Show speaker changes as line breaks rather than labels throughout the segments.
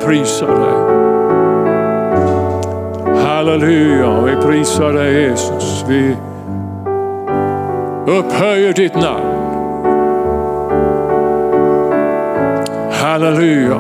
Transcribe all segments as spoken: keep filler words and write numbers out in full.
prisar dig. Halleluja, vi prisar dig Jesus. Vi upphöjer ditt namn. Halleluja.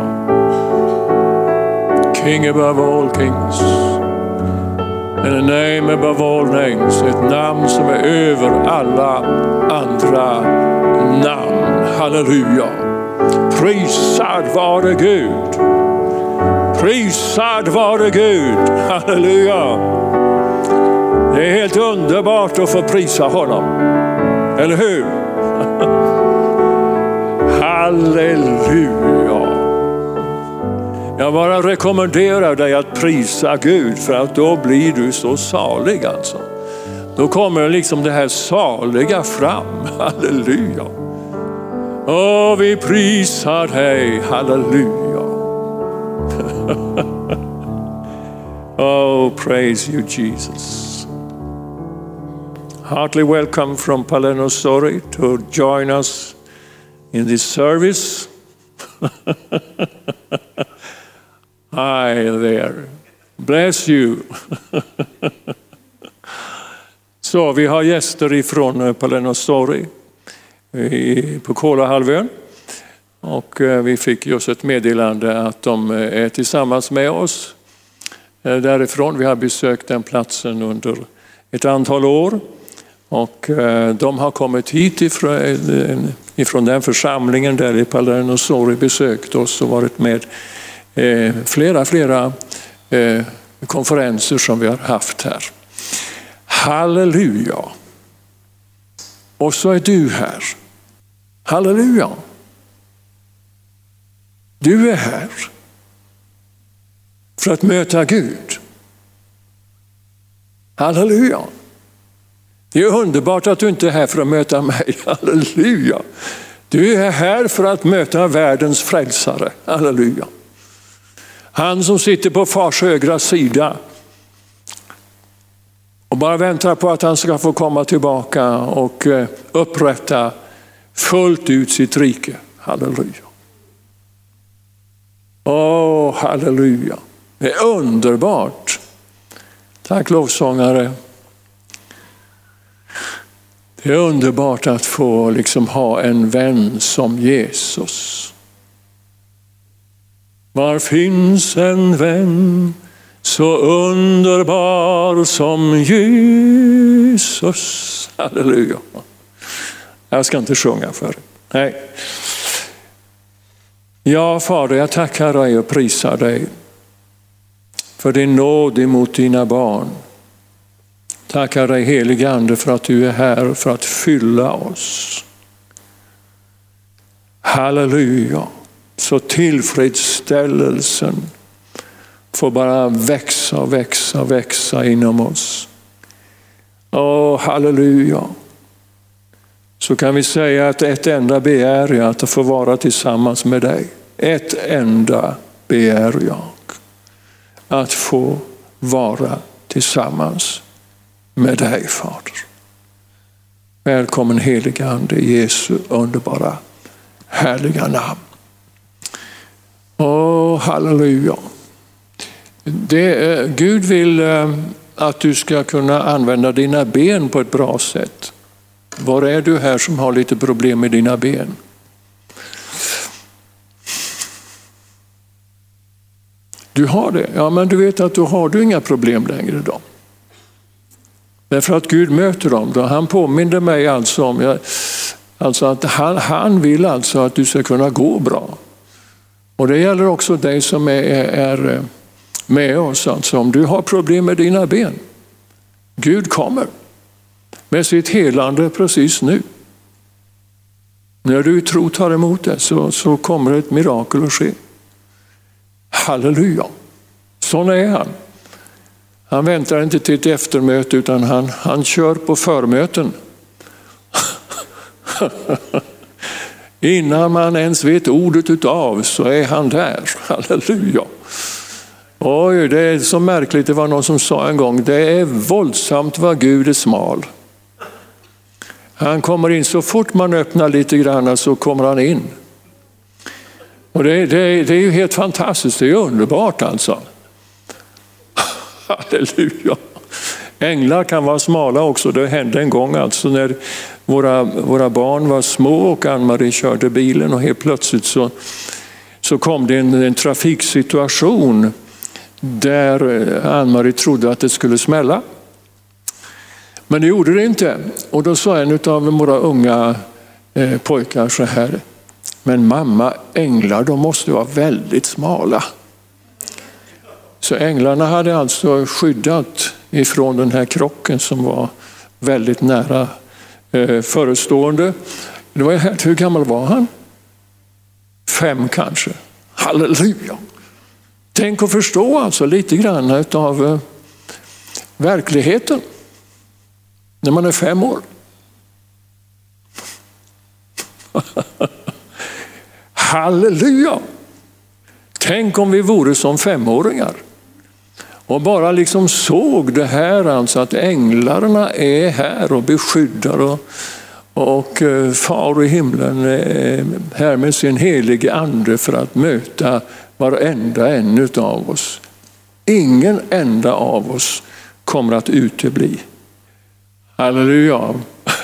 King above all kings. And a name above all names. Ett namn som är över alla andra namn. Halleluja. Prisad vare Gud. Prisad vare Gud. Halleluja. Det är helt underbart att få prisa honom. Eller hur? Halleluja. Jag bara rekommenderar dig att prisa Gud, för att då blir du så salig alltså. Då kommer liksom det här saliga fram. Halleluja. Åh, vi prisar dig. Halleluja. Oh, praise you Jesus. Heartily welcome from Palernosori to join us in this service. Hi there. Bless you. Så vi har gäster ifrån Palernosori på Kolahalvön. Och vi fick just ett meddelande att de är tillsammans med oss därifrån. Vi har besökt den platsen under ett antal år. Och de har kommit hit ifrån, ifrån den församlingen där i Palernosori, besökt oss och varit med eh, flera, flera eh, konferenser som vi har haft här. Halleluja! Och så är du här. Halleluja! Du är här för att möta Gud. Halleluja! Det är underbart att du inte är här för att möta mig. Halleluja! Du är här för att möta världens frälsare. Halleluja! Han som sitter på fars högra sida och bara väntar på att han ska få komma tillbaka och upprätta fullt ut sitt rike. Halleluja! Åh, halleluja! Det är underbart. Tack lovsångare. Det är underbart att få liksom ha en vän som Jesus. Var finns en vän så underbar som Jesus? Halleluja. Jag ska inte sjunga för det. Nej. Ja, Fader, jag tackar dig och prisar dig för din nåd emot dina barn. Tackar dig, helige Ande, för att du är här för att fylla oss. Halleluja. Så tillfredsställelsen får bara växa och växa och växa inom oss. Åh, halleluja. Så kan vi säga att ett enda begär jag att få vara tillsammans med dig. Ett enda begär jag. Att få vara tillsammans med dig, Fader. Välkommen, helige Ande, i Jesu underbara härliga namn. Åh, halleluja. Det, Gud vill att du ska kunna använda dina ben på ett bra sätt. Var är du här som har lite problem med dina ben? Du har det? Ja, men du vet att då har du inga problem längre då. Därför att Gud möter dem. Då. Han påminner mig alltså om jag, alltså att han, han vill alltså att du ska kunna gå bra. Och det gäller också dig som är, är med oss. Alltså om du har problem med dina ben. Gud kommer med sitt helande precis nu. När du i tro tar emot det så, så kommer ett mirakel att ske. Halleluja. Sån är han. Han väntar inte till ett eftermöte utan han, han kör på förmöten. Innan man ens vet ordet utav så är han där. Halleluja. Oj, det är så märkligt. Det var någon som sa en gång, det är våldsamt vad Gud är smal. Han kommer in så fort man öppnar lite grann så kommer han in. Och det, det, det är ju helt fantastiskt, det är underbart alltså. Halleluja. Änglar kan vara smala också. Det hände en gång alltså när våra, våra barn var små och Ann-Marie körde bilen och helt plötsligt så, så kom det en, en trafiksituation där Ann-Marie trodde att det skulle smälla. Men det gjorde det inte. Och då sa en av våra unga eh, pojkar så här: men mamma, änglar de måste vara väldigt smala. Så änglarna hade alltså skyddat ifrån den här krocken som var väldigt nära eh, förestående. Det var här, hur gammal var han? Fem kanske. Halleluja! Tänk att förstå alltså lite grann av eh, verkligheten när man är fem år. Halleluja! Tänk om vi vore som femåringar och bara liksom såg det här, alltså att änglarna är här och beskyddar och, och far i himlen är här med sin helige ande för att möta varenda en av oss. Ingen enda av oss kommer att utebli. Halleluja!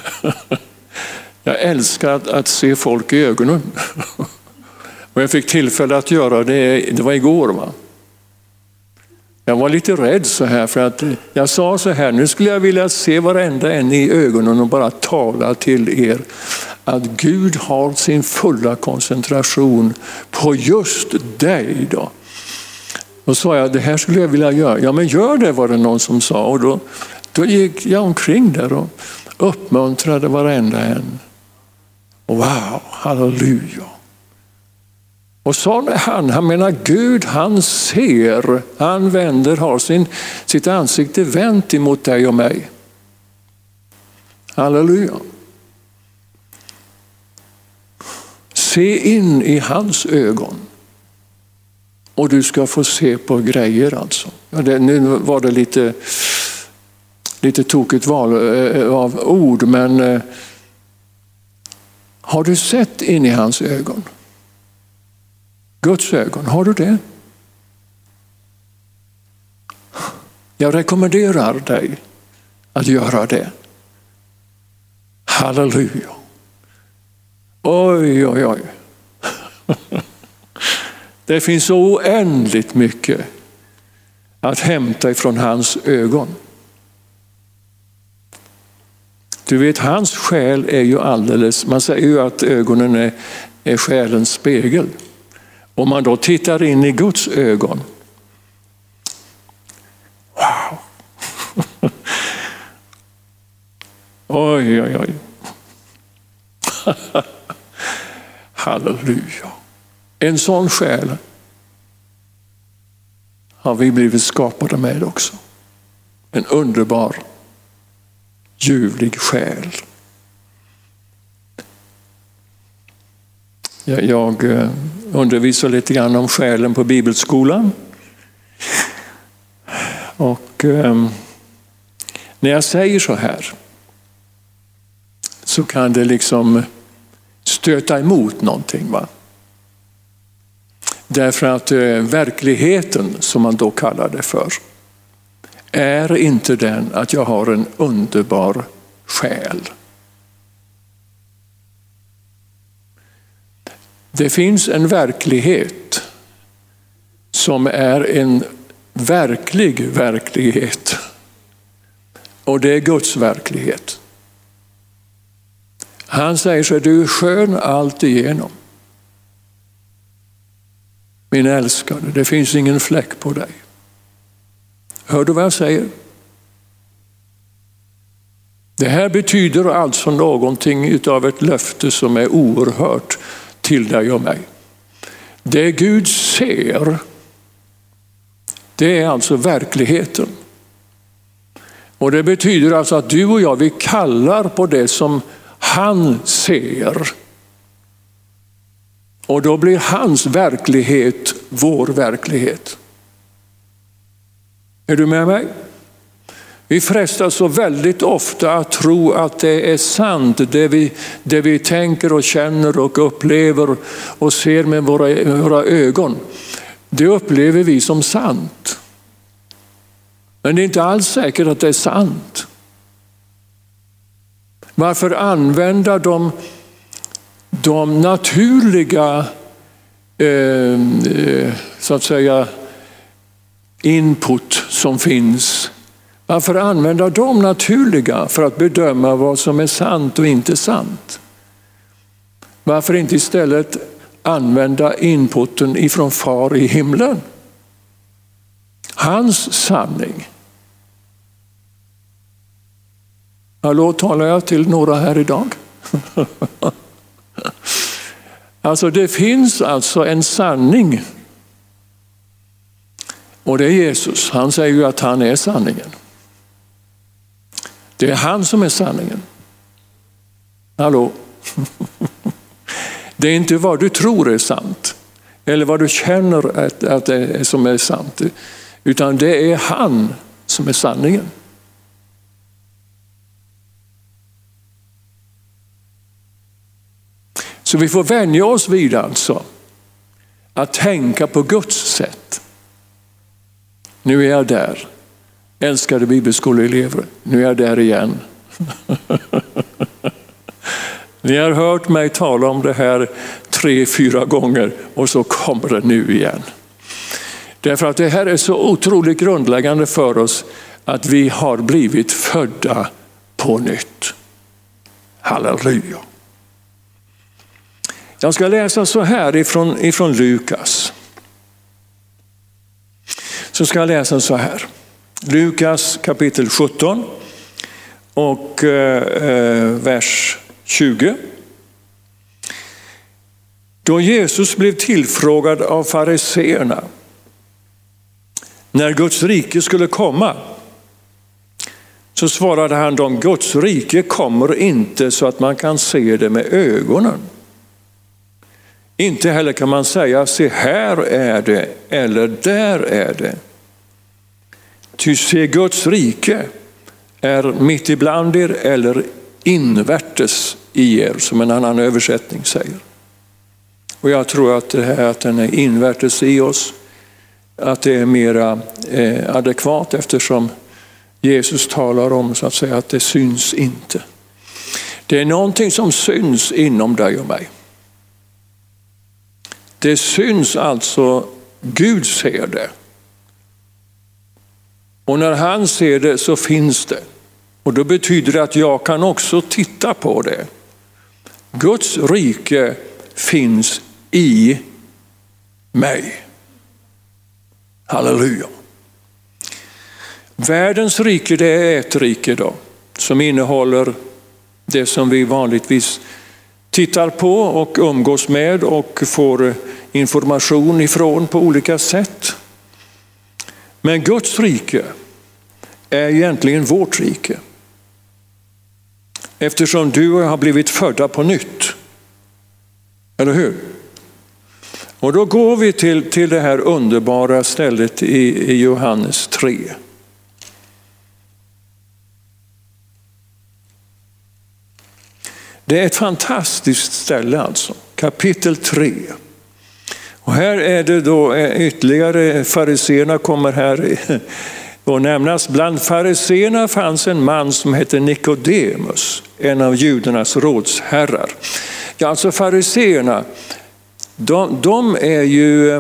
Jag älskar att, att se folk i ögonen. Och jag fick tillfälle att göra det, det var igår va. Jag var lite rädd så här för att jag sa så här, nu skulle jag vilja se varenda en i ögonen och bara tala till er att Gud har sin fulla koncentration på just dig då. Då sa jag, det här skulle jag vilja göra. Ja men gör det, var det någon som sa. Och då, då gick jag omkring där och uppmuntrade varenda en. Och wow, halleluja. Och så han, han menar Gud, han ser, han vänder, har sin, sitt ansikte vänt emot dig och mig. Halleluja. Se in i hans ögon. Och du ska få se på grejer alltså. Ja, det, nu var det lite, lite tokigt val av ord, men eh, har du sett in i hans ögon? Guds ögon, har du det? Jag rekommenderar dig att göra det. Halleluja. Oj, oj, oj. Det finns så oändligt mycket att hämta ifrån hans ögon. Du vet, hans själ är ju alldeles, man säger ju att ögonen är, är själens spegel. Om man då tittar in i Guds ögon. Wow. Oj, oj, oj. Halleluja. En sån själ har vi blivit skapade med också. En underbar, ljuvlig själ. Jag undervisar lite grann om själen på bibelskolan. Och eh, när jag säger så här så kan det liksom stöta emot någonting va. Därför att eh, verkligheten, som man då kallar det för, är inte den att jag har en underbar själ. Det finns en verklighet som är en verklig verklighet. Och det är Guds verklighet. Han säger så: du är skön allt igenom. Min älskade, det finns ingen fläck på dig. Hör du vad jag säger? Det här betyder alltså någonting av ett löfte som är oerhört till dig och mig. Det Gud ser, det är alltså verkligheten. Och det betyder alltså att du och jag, vi kallar på det som han ser. Och då blir hans verklighet vår verklighet. Är du med mig? Vi frestas så väldigt ofta att tro att det är sant, det vi, det vi tänker och känner och upplever och ser med våra, våra ögon. Det upplever vi som sant. Men det är inte alls säkert att det är sant. Varför använda de, de naturliga eh, så att säga input som finns? Varför använda de naturliga för att bedöma vad som är sant och inte sant? Varför inte istället använda inputen ifrån far i himlen? Hans sanning. Hallå, talar jag till några här idag? Alltså det finns alltså en sanning. Och det är Jesus. Han säger ju att han är sanningen. Det är han som är sanningen. Hallå? Det är inte vad du tror är sant. Eller vad du känner att, att det är som är sant. Utan det är han som är sanningen. Så vi får vänja oss vid alltså att tänka på Guds sätt. Nu är jag där. Älskade bibelskoleelever, nu är jag där igen. Ni har hört mig tala om det här tre, fyra gånger och så kommer det nu igen. Därför att det här är så otroligt grundläggande för oss att vi har blivit födda på nytt. Halleluja. Jag ska läsa så här ifrån, ifrån Lukas. Så ska jag läsa så här. Lukas kapitel sjutton och eh, vers tjugo. Då Jesus blev tillfrågad av fariseerna när Guds rike skulle komma, så svarade han dem: Guds rike kommer inte så att man kan se det med ögonen. Inte heller kan man säga, se här är det eller där är det. Ty se, Guds rike är mitt ibland er eller invärtes i er, som en annan översättning säger. Och jag tror att det här att den är invärtes i oss, att det är mera eh, adekvat, eftersom Jesus talar om så att säga att det syns inte. Det är någonting som syns inom dig och mig. Det syns alltså, Gud ser det. Och när han ser det så finns det. Och då betyder det att jag kan också titta på det. Guds rike finns i mig. Halleluja. Världens rike, det är ett rike då, som innehåller det som vi vanligtvis tittar på och umgås med och får information ifrån på olika sätt. Men Guds rike är egentligen vårt rike. Eftersom du har blivit födda på nytt. Eller hur? Och då går vi till, till det här underbara stället i, i Johannes tre. Det är ett fantastiskt ställe alltså. Kapitel tre. Och här är det då ytterligare, fariseerna kommer här och nämnas. Bland fariseerna fanns en man som hette Nikodemus, en av judarnas rådsherrar. Ja, alltså fariseerna, de, de är ju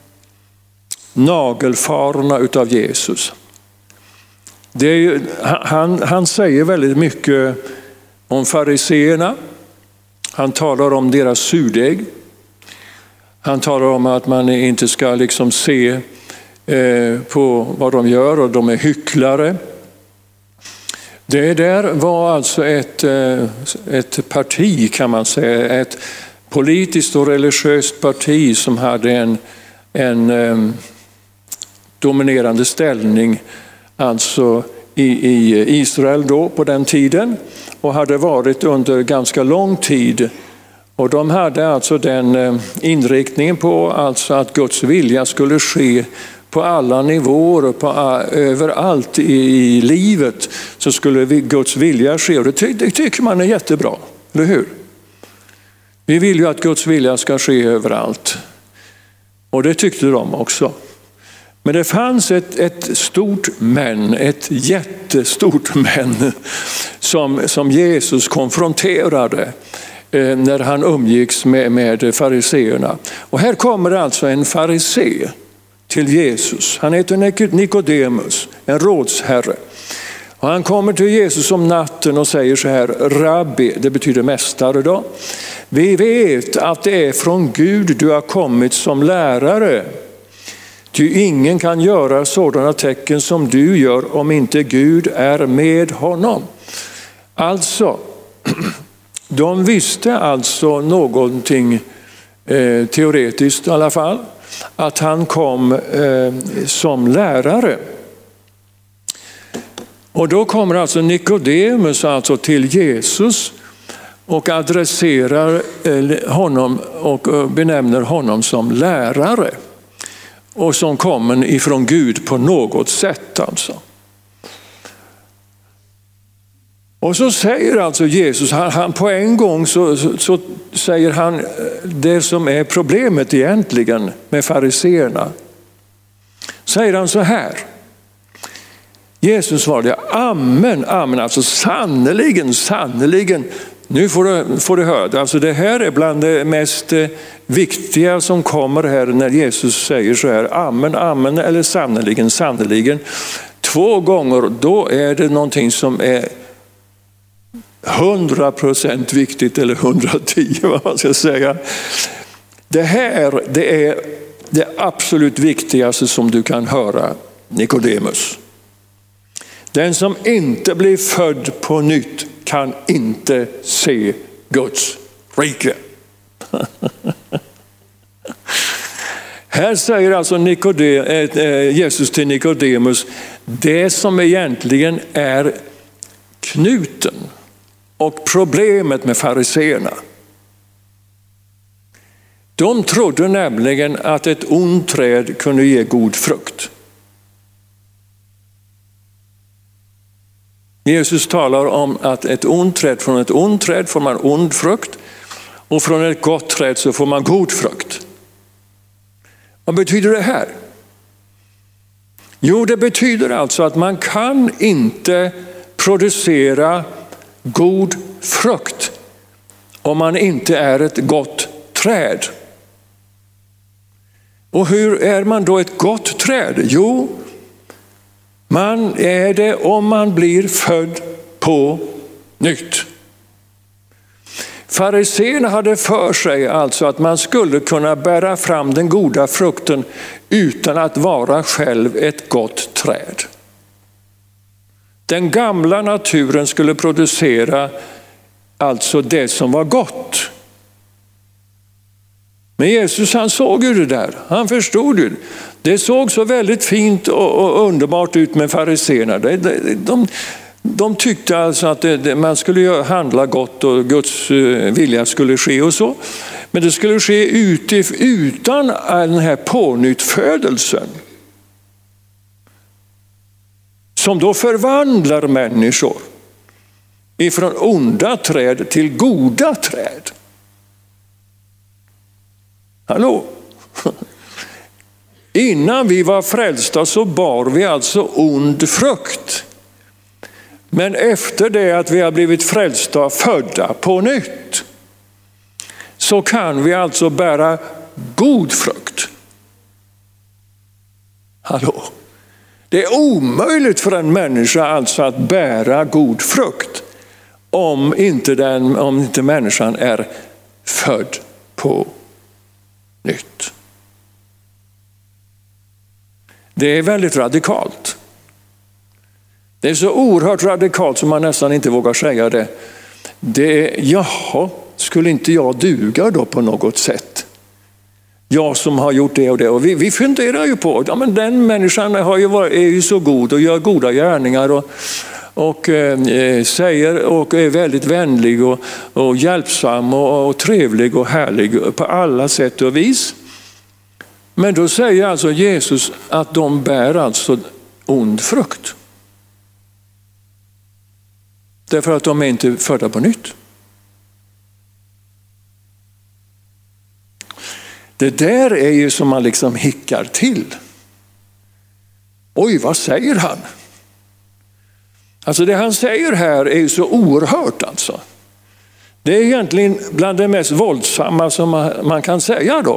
nagelfarna utav Jesus. Det är ju, han, han säger väldigt mycket om fariseerna. Han talar om deras surdeg. Han talar om att man inte ska liksom se eh, på vad de gör och de är hycklare. Det där var alltså ett, eh, ett parti, kan man säga. Ett politiskt och religiöst parti som hade en, en eh, dominerande ställning alltså i, i Israel då på den tiden. Och hade varit under ganska lång tid. Och de hade alltså den inriktningen på alltså att Guds vilja skulle ske på alla nivåer och på, överallt i, i livet så skulle vi, Guds vilja ske. Och det, ty, det tycker man är jättebra, eller hur? Vi vill ju att Guds vilja ska ske överallt. Och det tyckte de också. Men det fanns ett, ett stort men, ett jättestort men som, som Jesus konfronterade eh, när han umgicks med, med fariseerna. Och här kommer alltså en farisé till Jesus. Han heter Nikodemus, en rådsherre. Och han kommer till Jesus om natten och säger så här: Rabbi, det betyder mästare då. Vi vet att det är från Gud du har kommit som lärare. Ty ingen kan göra sådana tecken som du gör om inte Gud är med honom. Alltså, de visste alltså någonting eh, teoretiskt i alla fall. Att han kom eh, som lärare. Och då kommer alltså Nikodemus alltså till Jesus och adresserar honom och benämner honom som lärare. Och som kommer ifrån Gud på något sätt alltså. Och så säger alltså Jesus, han, han på en gång så, så, så säger han det som är problemet egentligen med fariseerna. Säger han så här. Jesus svarade, amen, amen, alltså sannoliken, sannoliken. Nu får du, får du höra, alltså det här är bland det mest viktiga som kommer här när Jesus säger så här, amen, amen eller sannoliken, sannoliken. Två gånger, då är det någonting som är hundra procent viktigt eller hundratio vad man ska säga. Det här, det är det absolut viktigaste som du kan höra, Nikodemus. Den som inte blir född på nytt kan inte se Guds rike. Här säger alltså Nikodem, Jesus till Nikodemus det som egentligen är knuten och problemet med fariseerna. De trodde nämligen att ett ont träd kunde ge god frukt. Jesus talar om att ett ont träd, från ett ont träd får man ond frukt och från ett gott träd så får man god frukt. Vad betyder det här? Jo, det betyder alltså att man kan inte producera god frukt om man inte är ett gott träd. Och hur är man då ett gott träd? Jo, man är det om man blir född på nytt. Fariseerna hade för sig alltså att man skulle kunna bära fram den goda frukten utan att vara själv ett gott träd. Den gamla naturen skulle producera alltså det som var gott. Men Jesus han såg ju det där, han förstod ju. Det såg så väldigt fint och underbart ut med fariseerna. De, de, de, de tyckte alltså att det, det, man skulle handla gott och Guds vilja skulle ske och så. Men det skulle ske utan den här pånyttfödelsen. Som då förvandlar människor ifrån onda träd till goda träd. Hallå? Innan vi var frälsta så bar vi alltså ond frukt. Men efter det att vi har blivit frälsta, födda på nytt, så kan vi alltså bära god frukt. Hallå? Det är omöjligt för en människa alltså att bära god frukt om inte, den, om inte människan är född på nytt. Det är väldigt radikalt. Det är så oerhört radikalt som man nästan inte vågar säga det. Det är, jaha, skulle inte jag duga då på något sätt? Jag som har gjort det och det. Och vi, vi funderar ju på, ja men den människan har ju varit, är ju så god och gör goda gärningar och, och eh, säger och är väldigt vänlig och, och hjälpsam och, och trevlig och härlig på alla sätt och vis. Men då säger alltså Jesus att de bär alltså ond frukt. Därför att de är inte födda på nytt. Det där är ju som man liksom hickar till. Oj, vad säger han? Alltså det han säger här är ju så oerhört alltså. Det är egentligen bland det mest våldsamma som man, man kan säga då.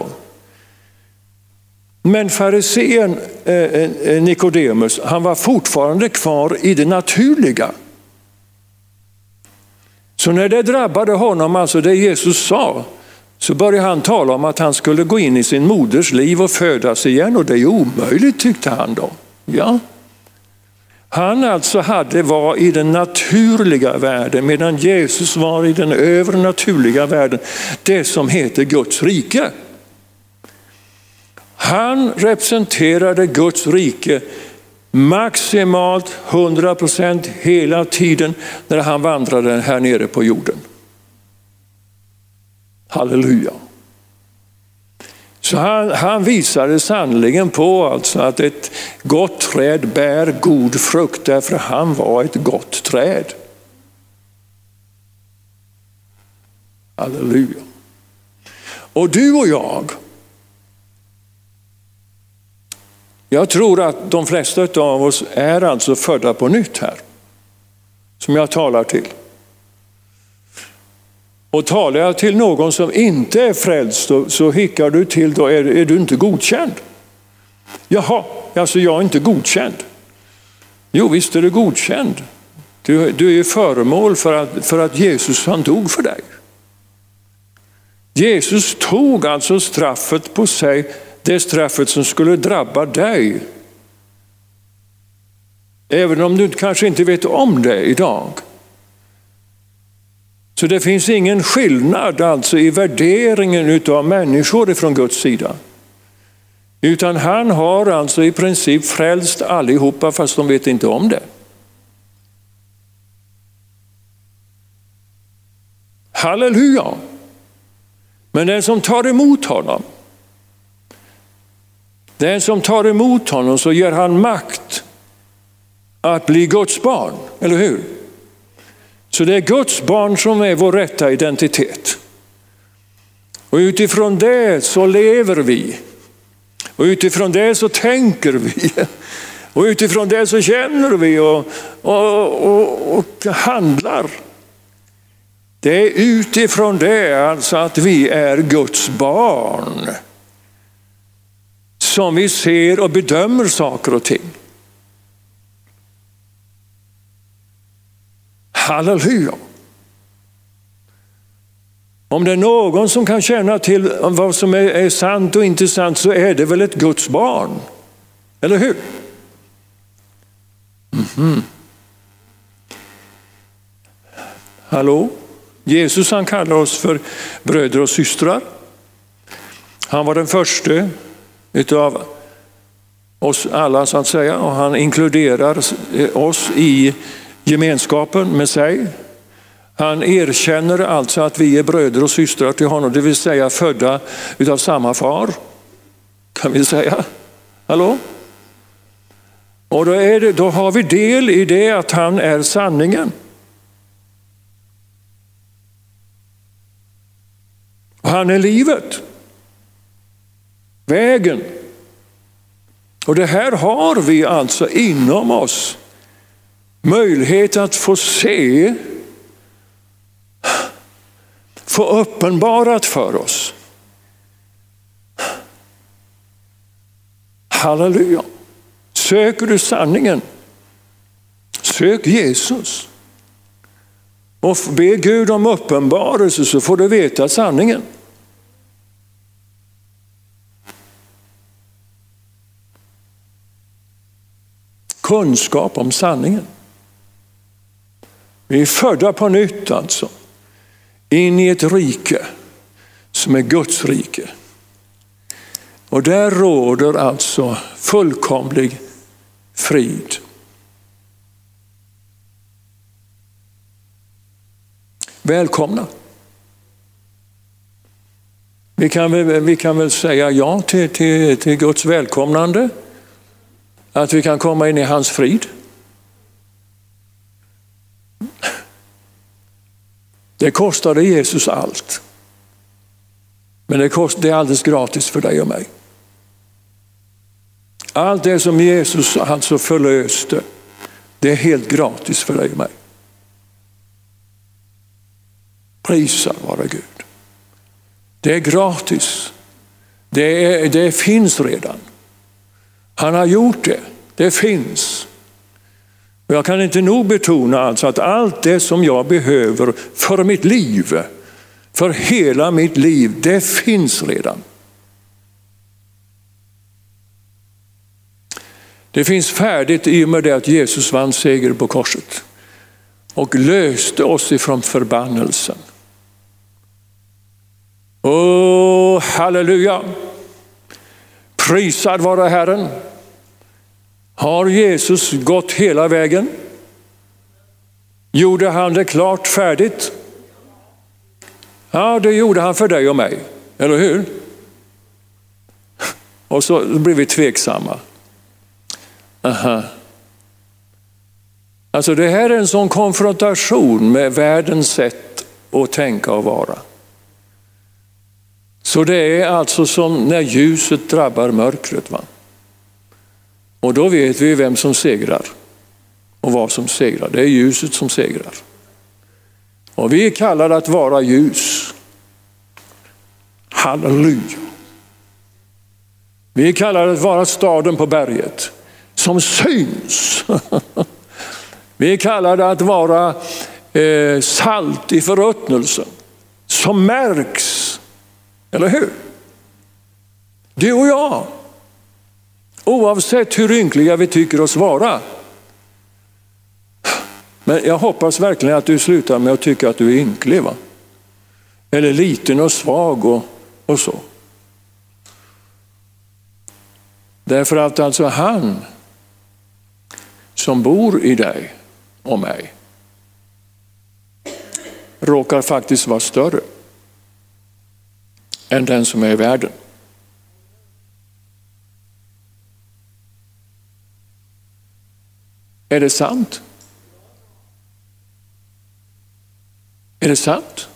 Men farisén eh, Nikodemus, han var fortfarande kvar i det naturliga. Så när det drabbade honom, alltså det Jesus sa, så började han tala om att han skulle gå in i sin moders liv och födas igen. Och det är ju omöjligt, tyckte han då. Ja. Han alltså hade var i den naturliga världen, medan Jesus var i den övernaturliga världen, det som heter Guds rike. Han representerade Guds rike maximalt hundra procent hela tiden när han vandrade här nere på jorden. Halleluja. Så han, han visade sannoliken på alltså att ett gott träd bär god frukt, därför han var ett gott träd. Halleluja. Och du och jag, jag tror att de flesta av oss är alltså födda på nytt här, som jag talar till. Och talar jag till någon som inte är frälst, så, så hickar du till, då är, är du inte godkänd. Jaha, alltså jag är inte godkänd. Jo, visst är du godkänd. Du, du är föremål för att, för att Jesus han dog för dig. Jesus tog alltså straffet på sig, det straffet som skulle drabba dig. Även om du kanske inte vet om det idag. Så det finns ingen skillnad alltså i värderingen av människor från Guds sida. Utan han har alltså i princip frälst allihopa, fast de vet inte om det. Halleluja! Men den som tar emot honom, den som tar emot honom, så ger han makt att bli Guds barn, eller hur? Så det är Guds barn som är vår rätta identitet. Och utifrån det så lever vi. Och utifrån det så tänker vi. Och utifrån det så känner vi och, och, och, och handlar. Det är utifrån det alltså att vi är Guds barn som vi ser och bedömer saker och ting. Halleluja! Om det är någon som kan känna till vad som är, är sant och inte sant, så är det väl ett Guds barn. Eller hur? Mm-hmm. Hallå? Jesus han kallar oss för bröder och systrar. Han var den första utav oss alla så att säga, och han inkluderar oss i gemenskapen med sig. Han erkänner alltså att vi är bröder och systrar till honom, det vill säga födda utav samma far, kan vi säga. Hallå? Och då, är det, då har vi del i det att han är sanningen. Och han är livet. Vägen. Och det här har vi alltså inom oss. Möjlighet att få se, få uppenbarat för oss. Halleluja. Söker du sanningen, sök Jesus. Och be Gud om uppenbarelse, så får du veta sanningen. Kunskap om sanningen. Vi är födda på nytt alltså. In i ett rike som är Guds rike. Och där råder alltså fullkomlig frid. Välkomna. Vi kan väl, vi kan väl säga ja till, till, till Guds välkomnande. Att vi kan komma in i hans frid. Det kostade Jesus allt. Men det, kost, det är alldeles gratis för dig och mig. Allt det som Jesus alltså förlöste, det är helt gratis för dig och mig. Prisad vare Gud. Det är gratis. Det, är, det finns redan. Han har gjort det. Det finns. Och jag kan inte nog betona alltså att allt det som jag behöver för mitt liv, för hela mitt liv, det finns redan. Det finns färdigt i och med det att Jesus vann seger på korset och löste oss ifrån förbannelsen. Åh, halleluja! Prisad vare Herren. Har Jesus gått hela vägen? Gjorde han det klart färdigt? Ja, det gjorde han för dig och mig, eller hur? Och så blir vi tveksamma. Aha. Alltså det här är en sån konfrontation med världens sätt att tänka och vara. Så det är alltså som när ljuset drabbar mörkret, va? Och då vet vi vem som segrar och vad som segrar. Det är ljuset som segrar. Och vi är kallade att vara ljus. Halleluja. Vi är kallade att vara staden på berget som syns. Vi är kallade att vara eh, salt i förruttnelsen som märks. Eller hur? Du och jag. Oavsett hur ynkliga vi tycker oss vara. Men jag hoppas verkligen att du slutar med att tycka att du är ynklig, va? Eller liten och svag och, och så. Därför att alltså han som bor i dig och mig råkar faktiskt vara större än den som är i världen. Är det sant? Är det sant?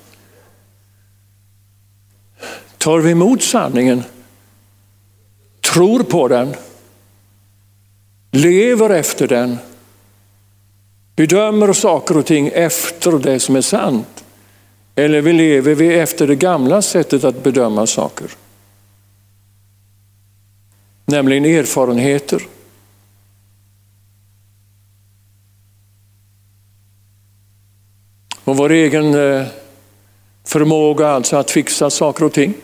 Tar vi emot sanningen, tror på den, lever efter den, bedömer saker och ting efter det som är sant? Eller vi lever vi efter det gamla sättet att bedöma saker? Nämligen erfarenheter. Och vår egen förmåga alltså att fixa saker och ting.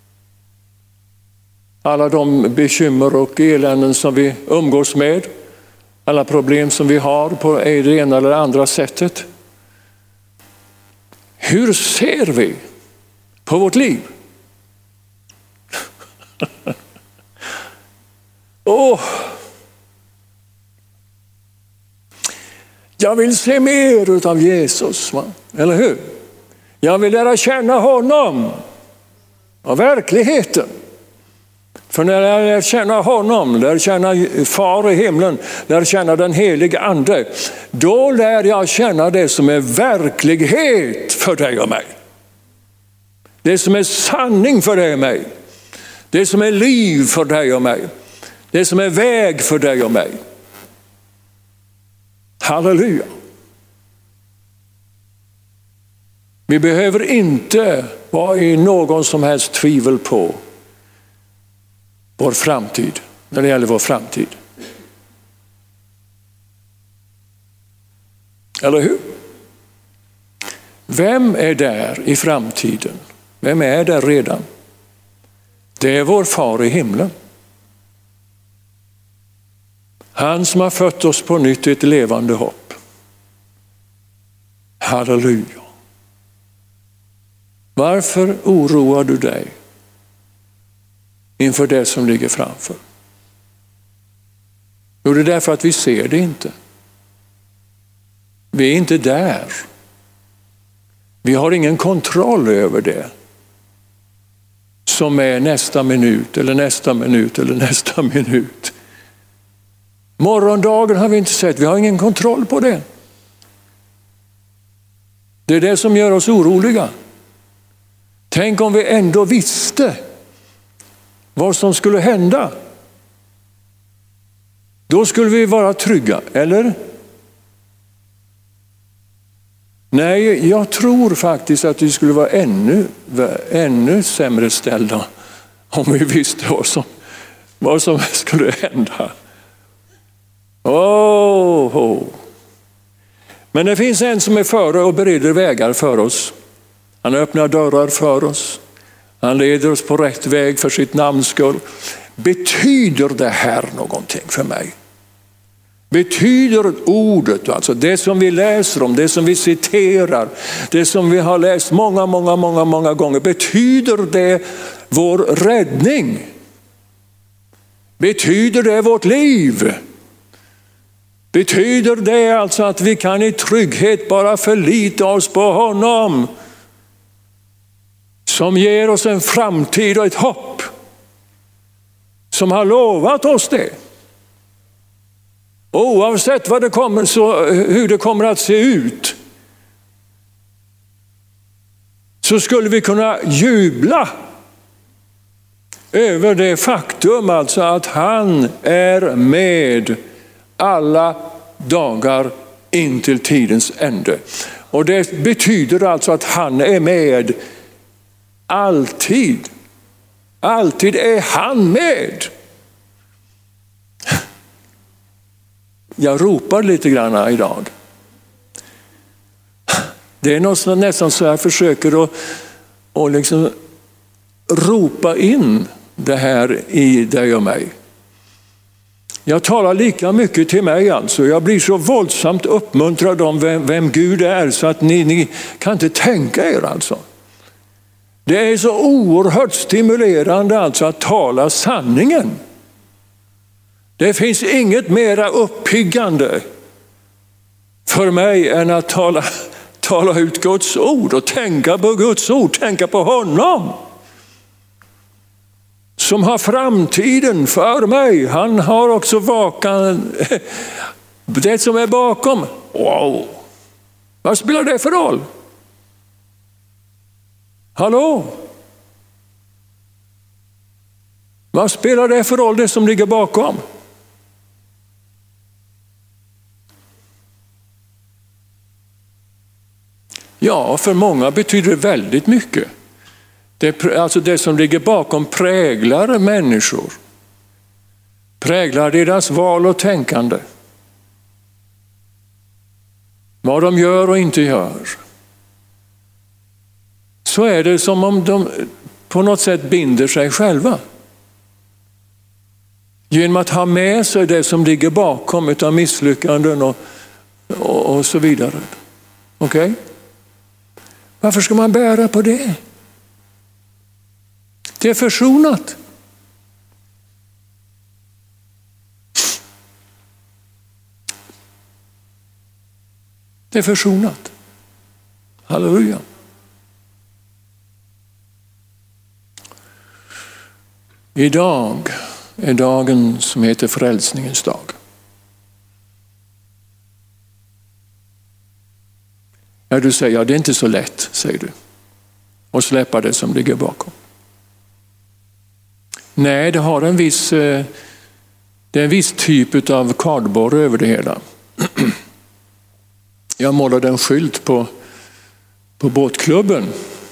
Alla de bekymmer och eländen som vi umgås med. Alla problem som vi har på det ena eller andra sättet. Hur ser vi på vårt liv? Åh! Jag vill se mer av Jesus, va? Eller hur? Jag vill lära känna honom och verkligheten. För när jag lär känna honom, lär känna far i himlen, lär känna den heliga ande, då lär jag känna det som är verklighet för dig och mig. Det som är sanning för dig och mig. Det som är liv för dig och mig. Det som är väg för dig och mig. Halleluja. Vi behöver inte vara i någon som helst tvivel på vår framtid, när det gäller vår framtid. Eller hur? Vem är där i framtiden? Vem är där redan? Det är vår far i himlen. Han som har fött oss på nytt i ett levande hopp. Halleluja. Varför oroar du dig inför det som ligger framför? Jo, det är därför att vi ser det inte. Vi är inte där. Vi har ingen kontroll över det. som är nästa minut eller nästa minut eller nästa minut. Morgondagen har vi inte sett, vi har ingen kontroll på det. Det är det som gör oss oroliga. Tänk om vi ändå visste vad som skulle hända. Då skulle vi vara trygga, eller? Nej, jag tror faktiskt att vi skulle vara ännu, ännu sämre ställda om vi visste vad som, vad som skulle hända. Oh, oh. Men det finns en som är före och bereder vägar för oss. Han öppnar dörrar för oss. Han leder oss på rätt väg för sitt namns skull. Betyder det här någonting för mig? Betyder ordet, alltså det som vi läser om, det som vi citerar, det som vi har läst många, många, många, många gånger, betyder det vår räddning? Betyder det vårt liv? Betyder det alltså att vi kan i trygghet bara förlita oss på honom som ger oss en framtid och ett hopp, som har lovat oss det? Oavsett vad det kommer, så hur det kommer att se ut, så skulle vi kunna jubla över det faktum alltså att han är med alla dagar in till tidens ände. Och det betyder alltså att han är med alltid. Alltid är han med. Jag ropar lite grann idag. Det är något nästan så jag försöker att, att liksom ropa in det här i dig och mig. Jag talar lika mycket till mig alltså. Jag blir så våldsamt uppmuntrad om vem, vem Gud är så att ni, ni kan inte tänka er alltså. Det är så oerhört stimulerande alltså att tala sanningen. Det finns inget mera uppiggande för mig än att tala, tala ut Guds ord och tänka på Guds ord, tänka på honom som har framtiden för mig. Han har också vakan, det som är bakom. Wow! Vad spelar det för roll? Hallå? Vad spelar det för roll, det som ligger bakom? Ja, för många betyder det väldigt mycket. Det, alltså det som ligger bakom präglar människor. Präglar deras val och tänkande. Vad de gör och inte gör. Så är det som om de på något sätt binder sig själva. Genom att ha med sig det som ligger bakom utav misslyckanden och, och, och så vidare. Okej? Okay? Varför ska man bära på det? Det är försonat. Det är försonat. Halleluja. Idag är dagen som heter frälsningens dag. Ja, du säger, ja, det är inte så lätt, säger du. Och släppa det som ligger bakom. Nej, det har en viss, det är en viss typ av kardborre över det hela. Jag målade en skylt på, på båtklubben.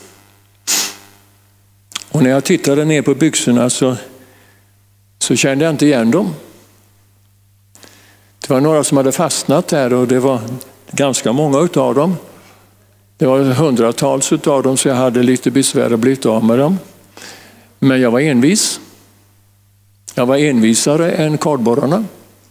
Och när jag tittade ner på byxorna så, så kände jag inte igen dem. Det var några som hade fastnat där och det var ganska många utav dem. Det var hundratals utav dem, så jag hade lite besvär att bli av med dem. Men jag var envis. Jag var envisare än kardborrarna.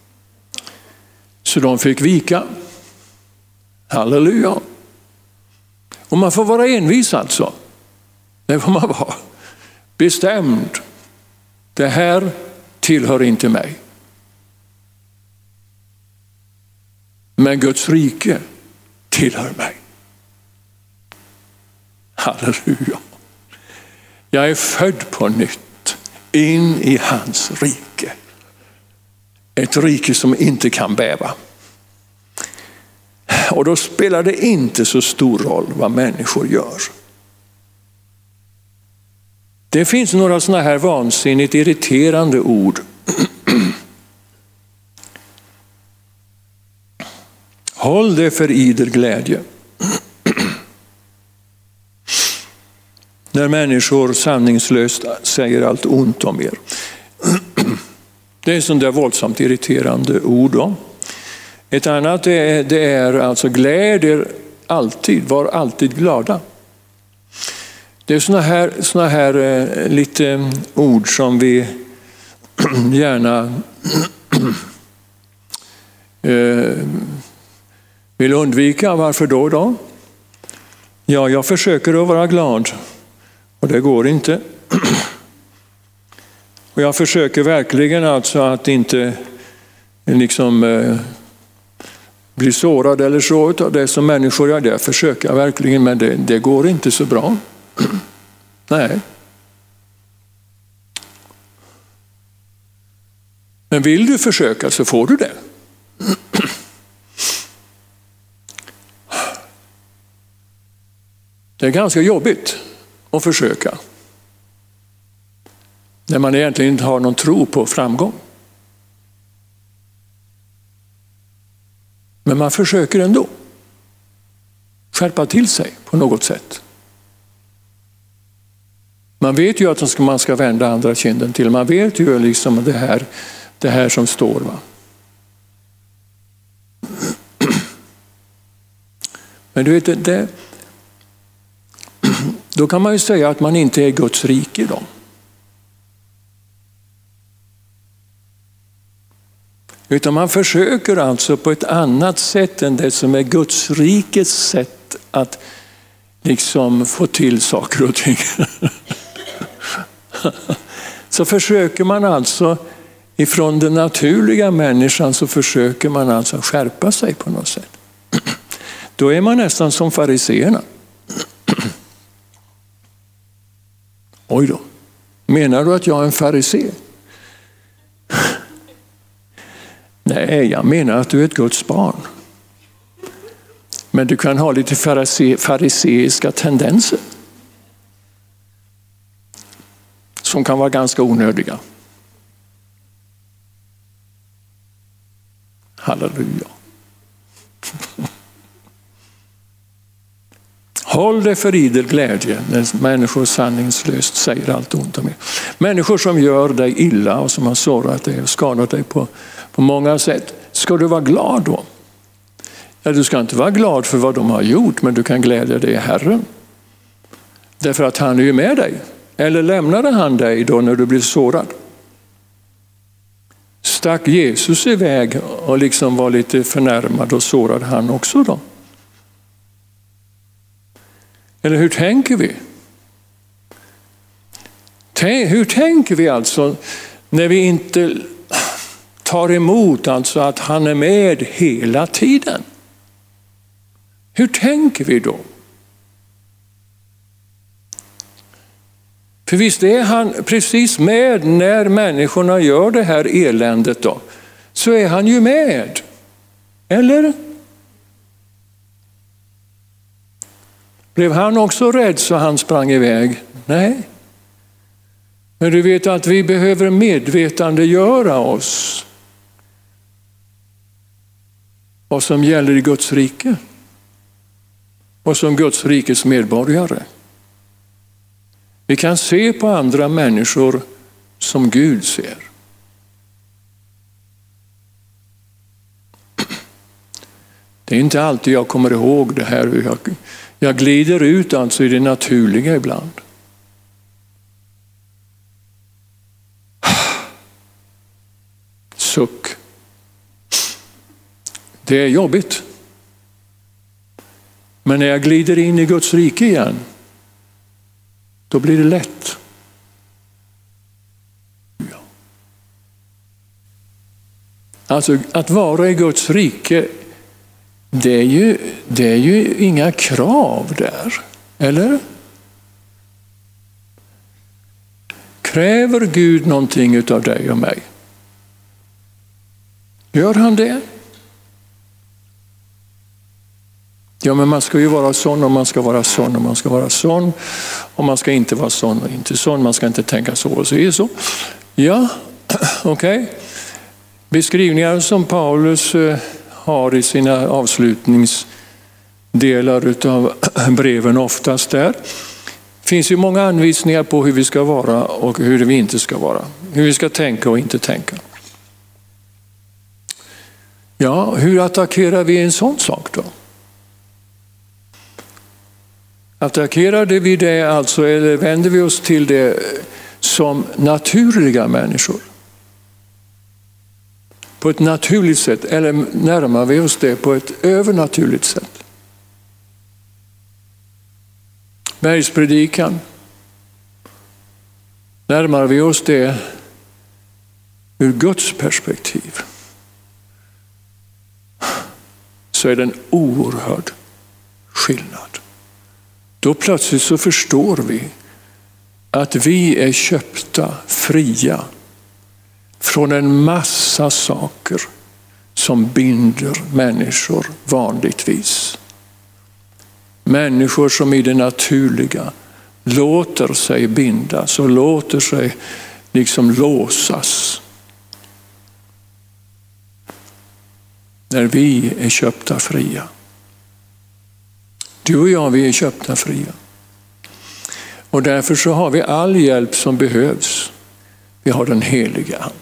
Så de fick vika. Halleluja. Och man får vara envis alltså. Det får man vara. Bestämd. Det här tillhör inte mig. Men Guds rike tillhör mig. Halleluja. Jag är född på nytt in i hans rike. Ett rike som inte kan bäva. Och då spelar det inte så stor roll vad människor gör. Det finns några sådana här vansinnigt irriterande ord. Håll det för idel glädje. När människor sanningslöst säger allt ont om er. Det är sådana där våldsamt irriterande ord då. Ett annat är, det är alltså glädjer alltid, var alltid glada. Det är såna här, såna här eh, lite ord som vi gärna eh, vill undvika. Varför då då? Ja, jag försöker att vara glad och det går inte. Och jag försöker verkligen alltså att inte liksom eh, bli sårad eller så utav det som människor gör. Det försöker jag verkligen, men det, det går inte så bra. Nej. Men vill du försöka så får du det. Det är ganska jobbigt att försöka. När man egentligen inte har någon tro på framgång. Men man försöker ändå. Skärpa till sig på något sätt. Man vet ju att man ska vända andra kinden till. Man vet ju liksom det här, det här som står. Va? Men du vet, det, det, då kan man ju säga att man inte är Guds rike då. Utan man försöker alltså på ett annat sätt än det som är Guds rikes sätt att liksom få till saker och ting. Så försöker man alltså ifrån den naturliga människan så försöker man alltså skärpa sig på något sätt. Då är man nästan som fariseerna. Oj då, menar du att jag är en farisé? Nej, jag menar att du är ett Guds barn. Men du kan ha lite farise, fariseiska tendenser. Som kan vara ganska onödiga. Halleluja. Håll det för idel glädje när människor sanningslöst säger allt ont om er. Människor som gör dig illa och som har sårat dig och skadat dig på, på många sätt. Ska du vara glad då? Ja, du ska inte vara glad för vad de har gjort, men du kan glädja dig i Herren. Därför att han är ju med dig. Eller lämnade han dig då när du blev sårad? Stack Jesus iväg och liksom var lite förnärmad och sårad han också då? Eller hur tänker vi? Tänk, hur tänker vi alltså när vi inte tar emot alltså att han är med hela tiden? Hur tänker vi då? För visst är han precis med när människorna gör det här eländet då. Så är han ju med. Eller? Blev han också rädd så han sprang iväg? Nej. Men du vet att vi behöver medvetandegöra oss vad som gäller i Guds rike. Och som Guds rikes medborgare. Vi kan se på andra människor som Gud ser. Det är inte alltid jag kommer ihåg det här. Jag, jag glider ut alltså i det naturliga ibland. Suck. Det är jobbigt. Men när jag glider in i Guds rike igen, då blir det lätt. Ja. Alltså att vara i Guds rike, det är ju, det är ju inga krav där, eller? Kräver Gud någonting av dig och mig? Gör han det? Ja, men man ska ju vara sån och man ska vara sån och man ska vara sån och man ska inte vara sån och inte sån. Man ska inte tänka så och så är så. Ja, okej. Okay. Beskrivningar som Paulus har i sina avslutningsdelar av breven oftast där. Finns ju många anvisningar på hur vi ska vara och hur vi inte ska vara. Hur vi ska tänka och inte tänka. Ja, hur attackerar vi en sån sak då? Attackerade vi det alltså, eller vänder vi oss till det som naturliga människor? På ett naturligt sätt, eller närmar vi oss det på ett övernaturligt sätt? Bergspredikan. Närmar vi oss det ur Guds perspektiv, så är det en oerhörd skillnad. Då plötsligt så förstår vi att vi är köpta fria från en massa saker som binder människor vanligtvis. Människor som i det naturliga låter sig bindas och låter sig liksom låsas. När vi är köpta fria. Du och jag, vi är köpta fria. Och därför så har vi all hjälp som behövs. Vi har den heliga Ande.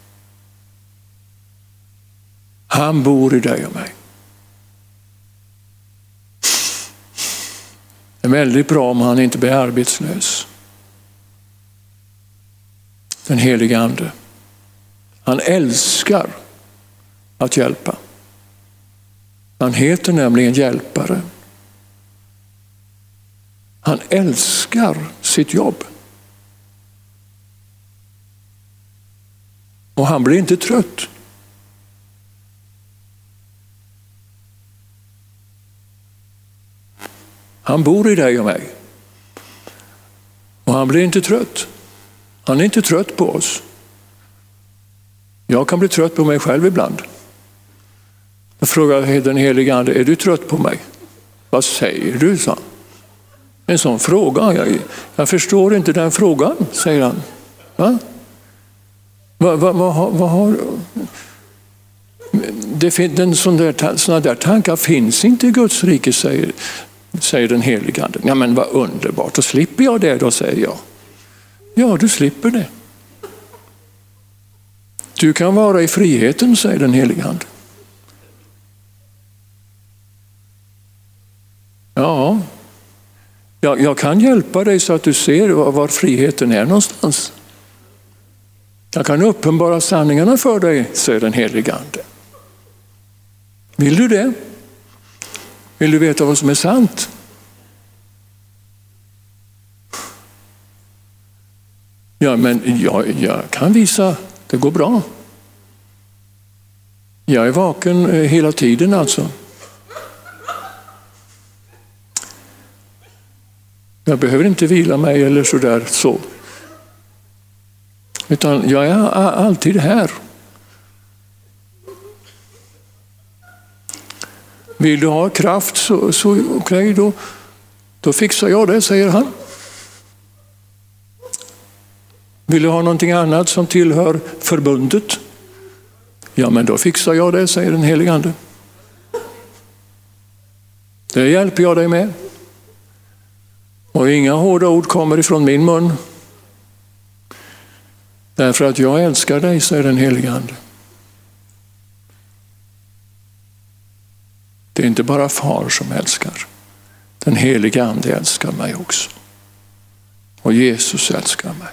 Han bor i dig och mig. Det är väldigt bra om han inte blir arbetslös. Den heliga Ande. Han älskar att hjälpa. Han heter nämligen hjälpare. Han älskar sitt jobb. Och han blir inte trött. Han bor i dig och mig. Och han blir inte trött. Han är inte trött på oss. Jag kan bli trött på mig själv ibland. Jag frågar den heliga Ande, är du trött på mig? Vad säger du, sa han. En sån fråga. Jag, jag förstår inte den frågan, säger han. Va? Vad va, va, va, va har... Det finns en sån där, såna där tankar finns inte i Guds rike, säger, säger den heliga Ande. Ja, men vad underbart. Då slipper jag det, då säger jag. Ja, du slipper det. Du kan vara i friheten, säger den heliga Ande. Ja, jag, jag kan hjälpa dig så att du ser var, var friheten är någonstans. Jag kan uppenbara sanningarna för dig, säger den heliga Ande. Vill du det? Vill du veta vad som är sant? Ja, men jag, jag kan visa. Det går bra. Jag är vaken hela tiden alltså. Jag behöver inte vila mig eller sådär så. Utan jag är alltid här. Vill du ha kraft så, så okej, okay, då, då fixar jag det, säger han. Vill du ha någonting annat som tillhör förbundet? Ja, men då fixar jag det, säger den helige Ande. Det hjälper jag dig med. Och inga hårda ord kommer ifrån min mun. Därför att jag älskar dig, säger den helige Ande. Det är inte bara far som älskar. Den helige Ande älskar mig också. Och Jesus älskar mig.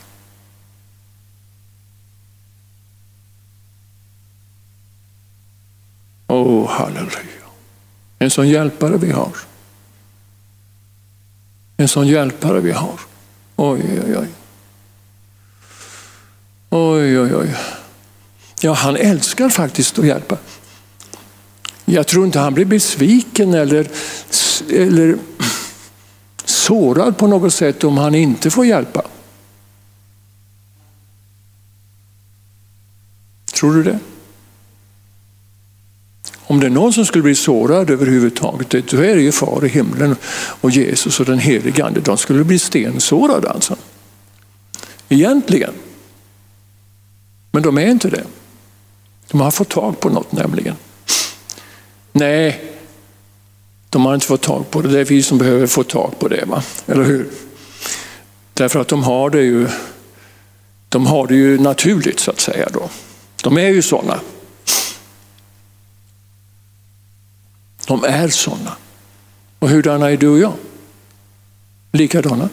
Åh, oh, halleluja. En sån hjälpare vi har. En sån hjälpare vi har. Oj, oj, oj. Oj, oj, oj. Ja, han älskar faktiskt att hjälpa. Jag tror inte han blir besviken eller, eller sårad på något sätt om han inte får hjälpa. Tror du det? Om det är någon som skulle bli sårad överhuvudtaget, då är det ju far i himlen och Jesus och den helige ande. De skulle bli stensårade alltså. Egentligen. Men de är inte det. De har fått tag på något nämligen. Nej, de har inte fått tag på det. Det är vi som behöver få tag på det, va? Eller hur? Därför att de har det ju, de har det ju naturligt så att säga då. De är ju sådana. De är sådana. Och hurdana är du och jag? Likadana.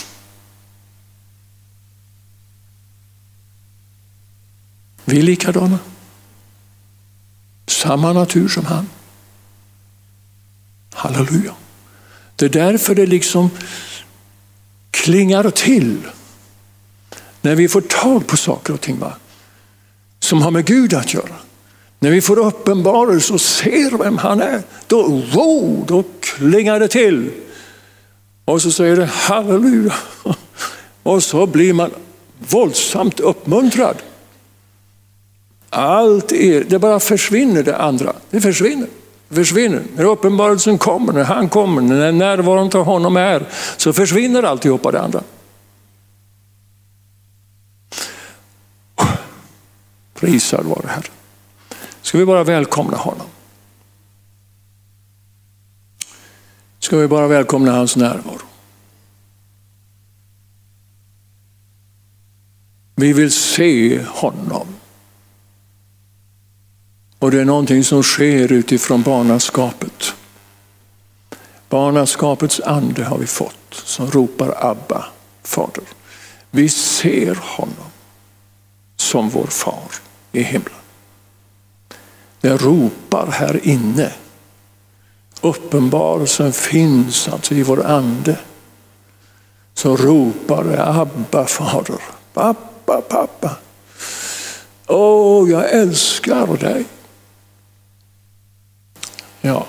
Vi är likadana. Samma natur som han. Halleluja. Det är därför det liksom klingar till när vi får tag på saker och ting, va? Som har med Gud att göra. När vi får uppenbarelse och ser vem han är, då, wow, då klingar det till. Och så säger det halleluja. Och så blir man våldsamt uppmuntrad. Allt är, det bara försvinner det andra. Det försvinner. Det försvinner. När uppenbarelsen kommer, när han kommer, när närvaron till honom är, så försvinner alltihopa det andra. Prisad vare Herren. Ska vi bara välkomna honom? Ska vi bara välkomna hans närvaro? Vi vill se honom. Och det är någonting som sker utifrån barnaskapet. Barnaskapets ande har vi fått som ropar Abba, Fader. Vi ser honom som vår far i himlen. Det ropar här inne. Uppenbarelsen finns alltså i vår ande. Så ropar det Abba, Fader. Pappa, pappa. Åh, jag älskar dig. Ja.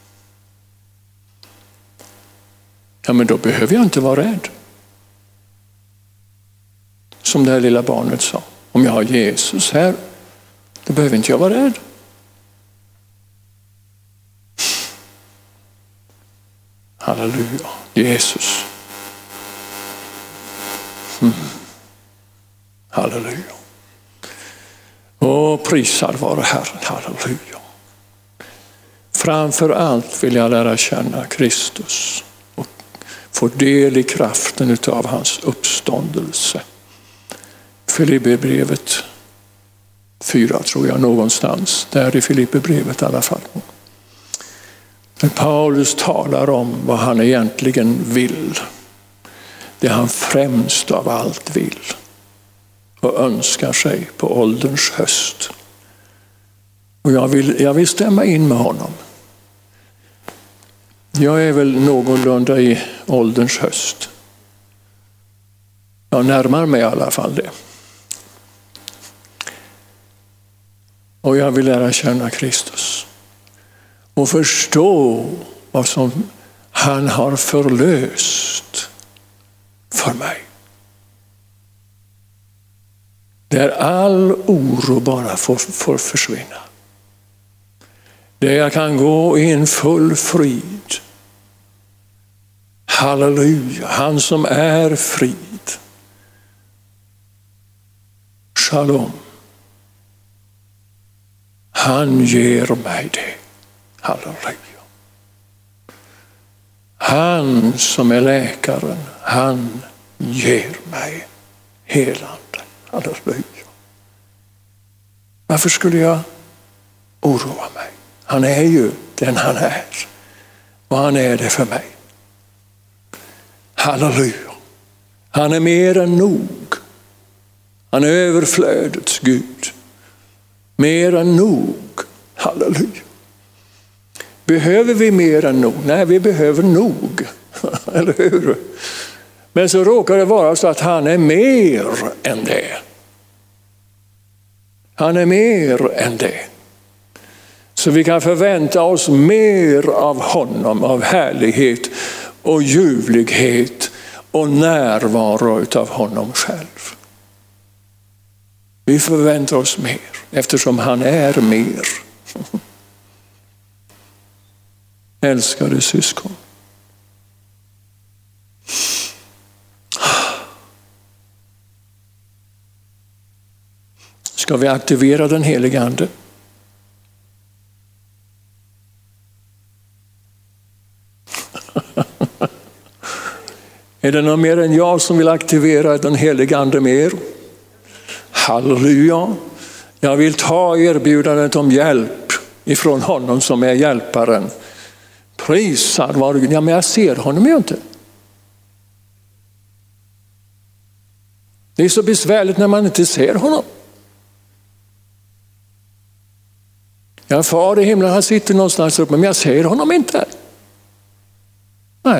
Ja, men då behöver jag inte vara rädd. Som det här lilla barnet sa. Om jag har Jesus här, då behöver inte jag vara rädd. Halleluja, Jesus. Mm. Halleluja. Åh, prisad vare Herren, halleluja. Framför allt vill jag lära känna Kristus och få del i kraften utav hans uppståndelse. Filipperbrevet fyra tror jag någonstans, där i Filipperbrevet i alla fall. Men Paulus talar om vad han egentligen vill. Det han främst av allt vill och önskar sig på ålderns höst. Och jag vill, jag vill stämma in med honom. Jag är väl någorlunda i ålderns höst. Jag närmar mig i alla fall det. Och jag vill lära känna Kristus. Och förstå vad som han har förlöst för mig. Där all oro bara får, får försvinna. Där jag kan gå i en full frid. Halleluja, han som är frid. Shalom. Han ger mig det. Halleluja. Han som är läkaren, han ger mig helande. Halleluja. Varför skulle jag oroa mig? Han är ju den han är. Och han är det för mig. Halleluja. Han är mer än nog. Han är överflödets Gud. Mer än nog. Halleluja. Behöver vi mer än nog? Nej, vi behöver nog. Eller hur? Men så råkar det vara så att han är mer än det. Han är mer än det. Så vi kan förvänta oss mer av honom, av härlighet och ljuvlighet och närvaro av honom själv. Vi förväntar oss mer eftersom han är mer. Älskade syskon. Ska vi aktivera den helige ande? Är det någon mer än jag som vill aktivera den helige ande mer? Halleluja. Jag vill ta erbjudandet om hjälp ifrån honom som är hjälparen. Prisad var Gud. Ja, men jag ser honom ju inte. Det är så besvärligt när man inte ser honom. Jag far i himlen, han sitter någonstans uppe, men jag ser honom inte. Nej.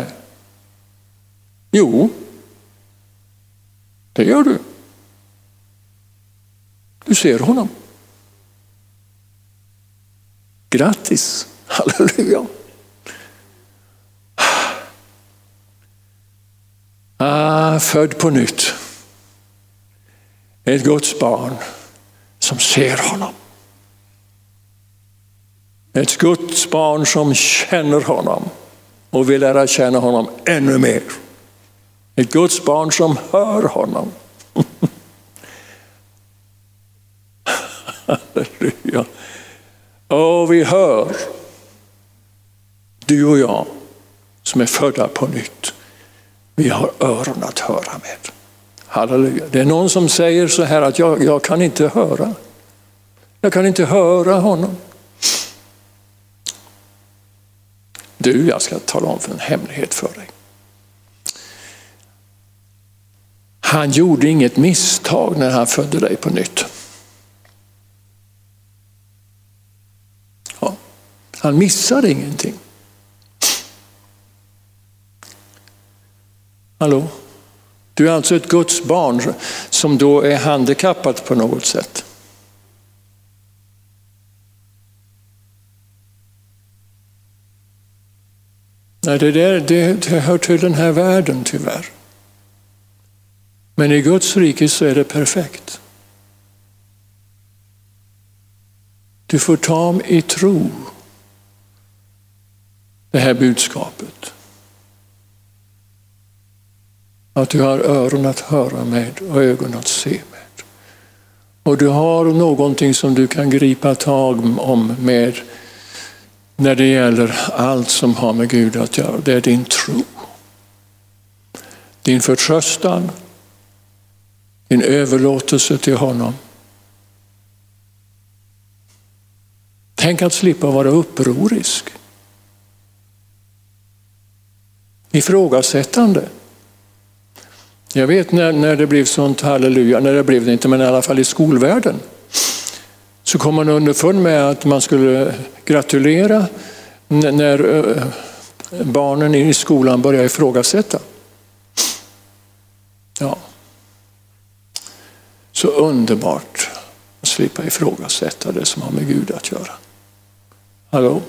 Jo, det gör du. Du ser honom. Grattis, halleluja. Ah, född på nytt. Ett Guds barn som ser honom. Ett Guds barn som känner honom och vill lära känna honom ännu mer. Ett Guds barn som hör honom. Halleluja. Och vi hör, du och jag som är födda på nytt. Vi har öron att höra med. Halleluja. Det är någon som säger så här att jag, jag kan inte höra. Jag kan inte höra honom. Du, jag ska tala om för en hemlighet för dig. Han gjorde inget misstag när han födde dig på nytt. Ja, han missade ingenting. Hallå? Du är alltså ett Guds barn som då är handikappat på något sätt. Nej, det, där, det, det hör till den här världen tyvärr. Men i Guds rike så är det perfekt. Du får ta i tro det här budskapet. Att du har öron att höra med och ögon att se med. Och du har någonting som du kan gripa tag om med när det gäller allt som har med Gud att göra. Det är din tro. Din förtröstan. Din överlåtelse till honom. Tänk att slippa vara upprorisk. Ifrågasättande. Jag vet när, när det blev sånt halleluja, när det blev det inte, men i alla fall i skolvärlden. Så kom man underfund med att man skulle gratulera när barnen i skolan började ifrågasätta. Ja. Så underbart att slippa ifrågasätta det som har med Gud att göra. Hallå?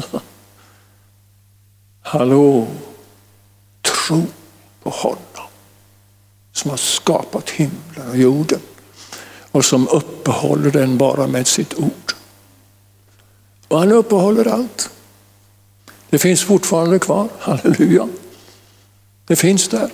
Hallå? Tro på honom som har skapat himlen och jorden och som uppehåller den bara med sitt ord. Och han uppehåller allt. Det finns fortfarande kvar. Halleluja. Det finns där.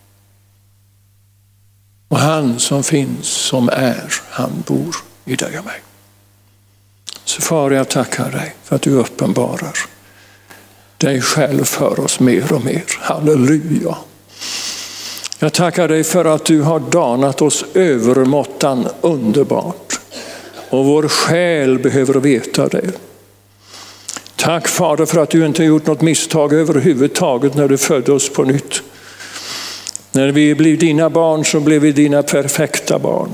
Och han som finns, som är, han bor i dig och mig. Så far, jag tackar dig för att du uppenbarar dig själv för oss mer och mer. Halleluja. Jag tackar dig för att du har danat oss övermåttan underbart. Och vår själ behöver veta det. Tack Fader för att du inte har gjort något misstag överhuvudtaget när du födde oss på nytt. När vi blev dina barn så blev vi dina perfekta barn.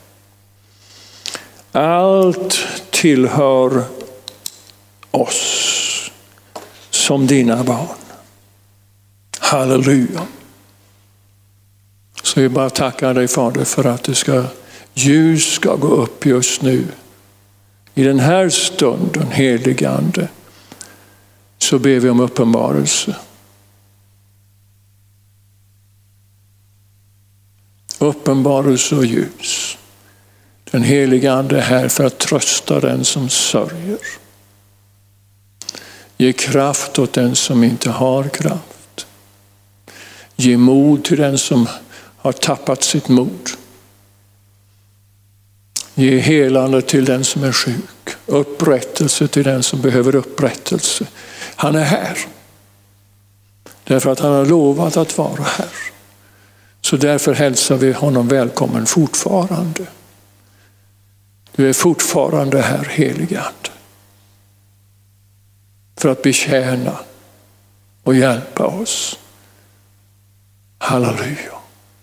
Allt tillhör oss som dina barn. Halleluja. Så vi bara tackar dig Fader för att det ska, ljus ska gå upp just nu. I den här stunden, helige Ande, så ber vi om uppenbarelse. Uppenbarelse och ljus. Den heliga Ande är här för att trösta den som sörjer. Ge kraft åt den som inte har kraft. Ge mod till den som har tappat sitt mod. Ge helande till den som är sjuk. Upprättelse till den som behöver upprättelse. Han är här. Därför att han har lovat att vara här. Så därför hälsar vi honom välkommen fortfarande. Du är fortfarande här, helige Ande. För att betjäna och hjälpa oss. Halleluja.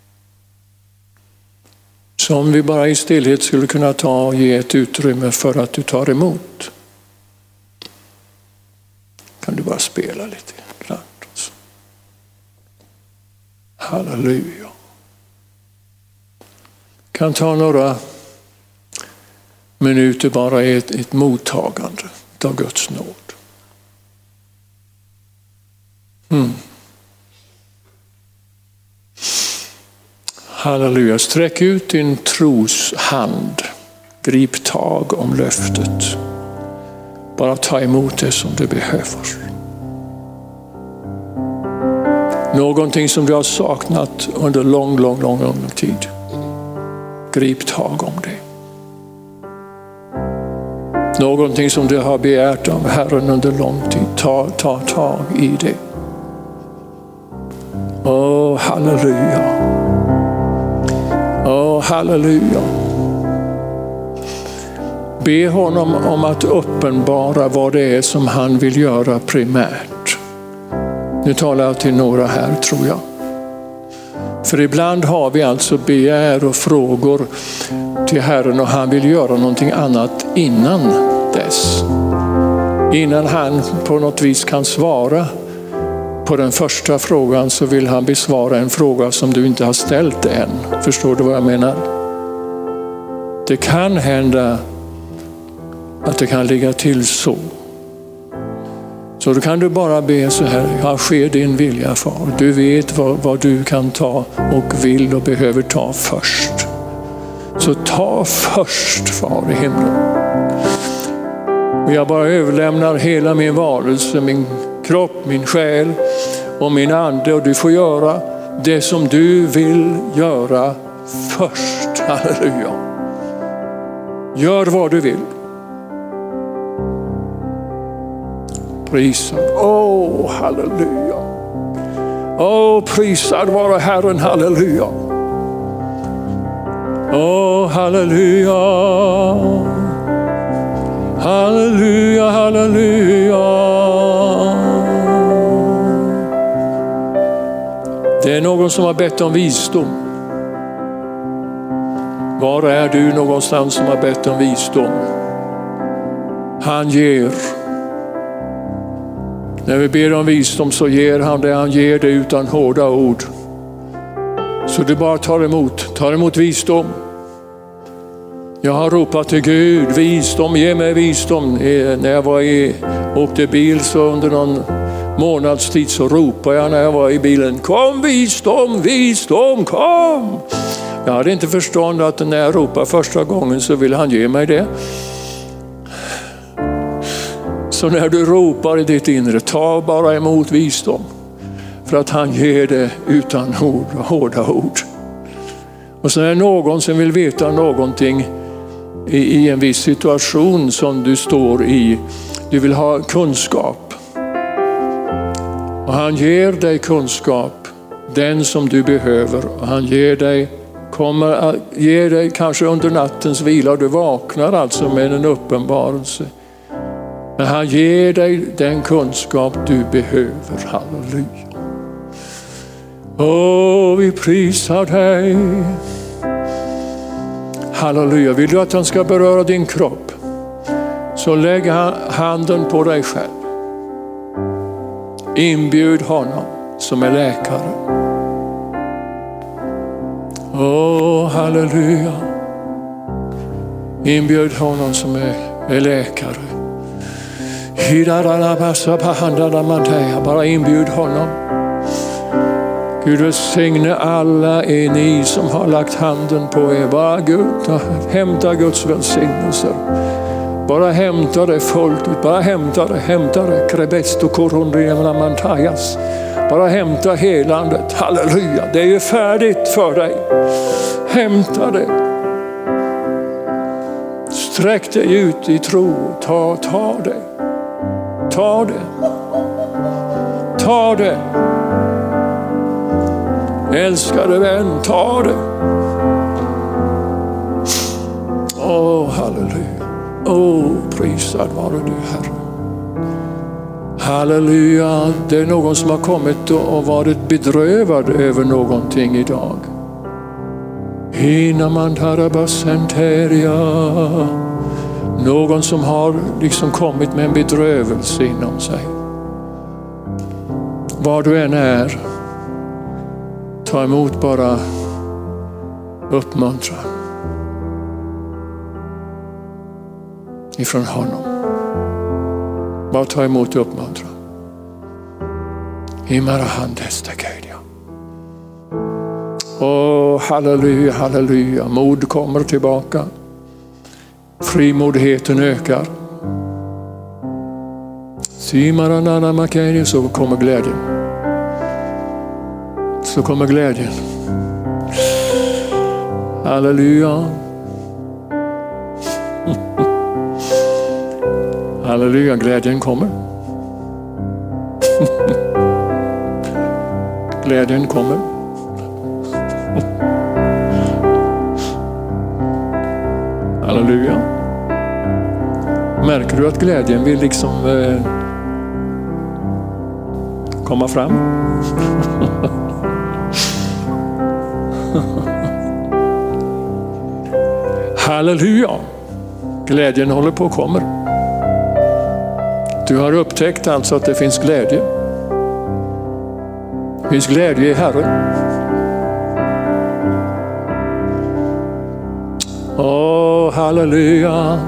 Så om vi bara i stillhet skulle kunna ta och ge ett utrymme för att du tar emot. Kan du bara spela lite grann. Halleluja. Kan ta några minuter bara i ett, ett mottagande av Guds nåd. Mm. Halleluja. Sträck ut din tros hand. Grip tag om löftet. Bara ta emot det som du behöver. Någonting som du har saknat under lång, lång, lång, lång tid. Grip tag om det. Någonting som du har begärt av Herren under lång tid. Ta, ta tag i det. Åh, halleluja. Åh, halleluja. Be honom om att uppenbara vad det är som han vill göra primärt. Nu talar jag till några här, tror jag. För ibland har vi alltså begär och frågor till Herren och han vill göra någonting annat innan dess. Innan han på något vis kan svara på den första frågan så vill han besvara en fråga som du inte har ställt än. Förstår du vad jag menar? Det kan hända att det kan ligga till så. Så då kan du bara be så här: ja, sker din vilja, far. Du vet vad, vad du kan ta och vill och behöver ta först. Så ta först, far i himlen. Och jag bara överlämnar hela min varelse, min kropp, min själ och min ande. Och du får göra det som du vill göra först. Halleluja. Gör vad du vill. Prisad. Åh, oh, halleluja. Åh, oh, prisad vara Herren, halleluja. Åh, oh, halleluja. Halleluja, halleluja. Det är någon som har bett om visdom. Var är du någonstans som har bett om visdom? Han ger. När vi ber om visdom så ger han det. Han ger det utan hårda ord. Så du bara tar emot. Tar emot visdom. Jag har ropat till Gud. Visdom, ge mig visdom. När jag var i, åkte bil så under någon månads tid så ropade jag när jag var i bilen. Kom visdom, visdom, kom. Jag hade inte förstånd att när jag ropade första gången så vill han ge mig det. Så när du ropar i ditt inre, ta bara emot visdom. För att han ger det utan ord, hårda ord. Och så är det någon som vill veta någonting i, i en viss situation som du står i. Du vill ha kunskap. Och han ger dig kunskap, den som du behöver. Och han ger dig, kommer att ge dig kanske under nattens vila. Du vaknar alltså med en uppenbarelse. Men han ger dig den kunskap du behöver. Halleluja. Åh, vi prisar dig. Halleluja. Vill du att han ska beröra din kropp? Så lägg handen på dig själv. Inbjud honom som är läkare. Åh, halleluja. Inbjud honom som är, är läkare. Bara inbjud honom. Gud välsigne alla är ni som har lagt handen på er. Bara Gud, hämta Guds välsignelser. Bara hämta det fullt ut. Bara hämta det, hämta det. Krebesto korondremla mantajas. Bara hämta helandet. Halleluja, det är ju färdigt för dig. Hämta det. Sträck dig ut i tro. Ta, ta det. Ta det. Ta det. Älskade vän, ta det. Åh, oh, halleluja. Åh, oh, prisad vare du, Herre. Halleluja. Det är någon som har kommit och varit bedrövad över någonting idag. Någon som har liksom kommit med en bedrövelse inom sig. Var du än är, ta emot bara uppmuntran ifrån honom. Bara ta emot uppmuntran. I Marahandestakedia. Åh, halleluja, halleluja. Mod kommer tillbaka. Frimodigheten ökar. Simaranana makeni, så kommer glädjen. Så kommer glädjen. Halleluja. Halleluja, glädjen kommer. Glädjen kommer. Halleluja. Märker du att glädjen vill liksom eh, komma fram? Halleluja. Glädjen håller på och kommer. Du har upptäckt alltså att det finns glädje. Det finns glädje i Herren. Åh, halleluja.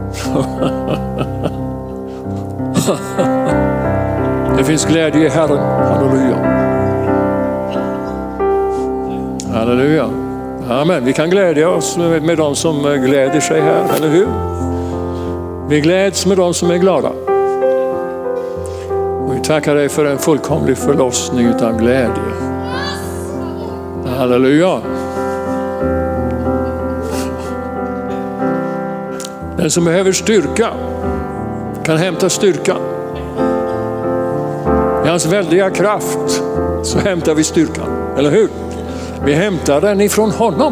Det finns glädje i Herren. Halleluja. Halleluja. Amen. Vi kan glädja oss med de som gläder sig här, eller hur? Vi gläds med de som är glada. Och vi tackar dig för en fullkomlig förlossning utan glädje. Halleluja. Den som behöver styrka kan hämta styrka. I hans väldiga kraft så hämtar vi styrkan, eller hur? Vi hämtar den ifrån honom.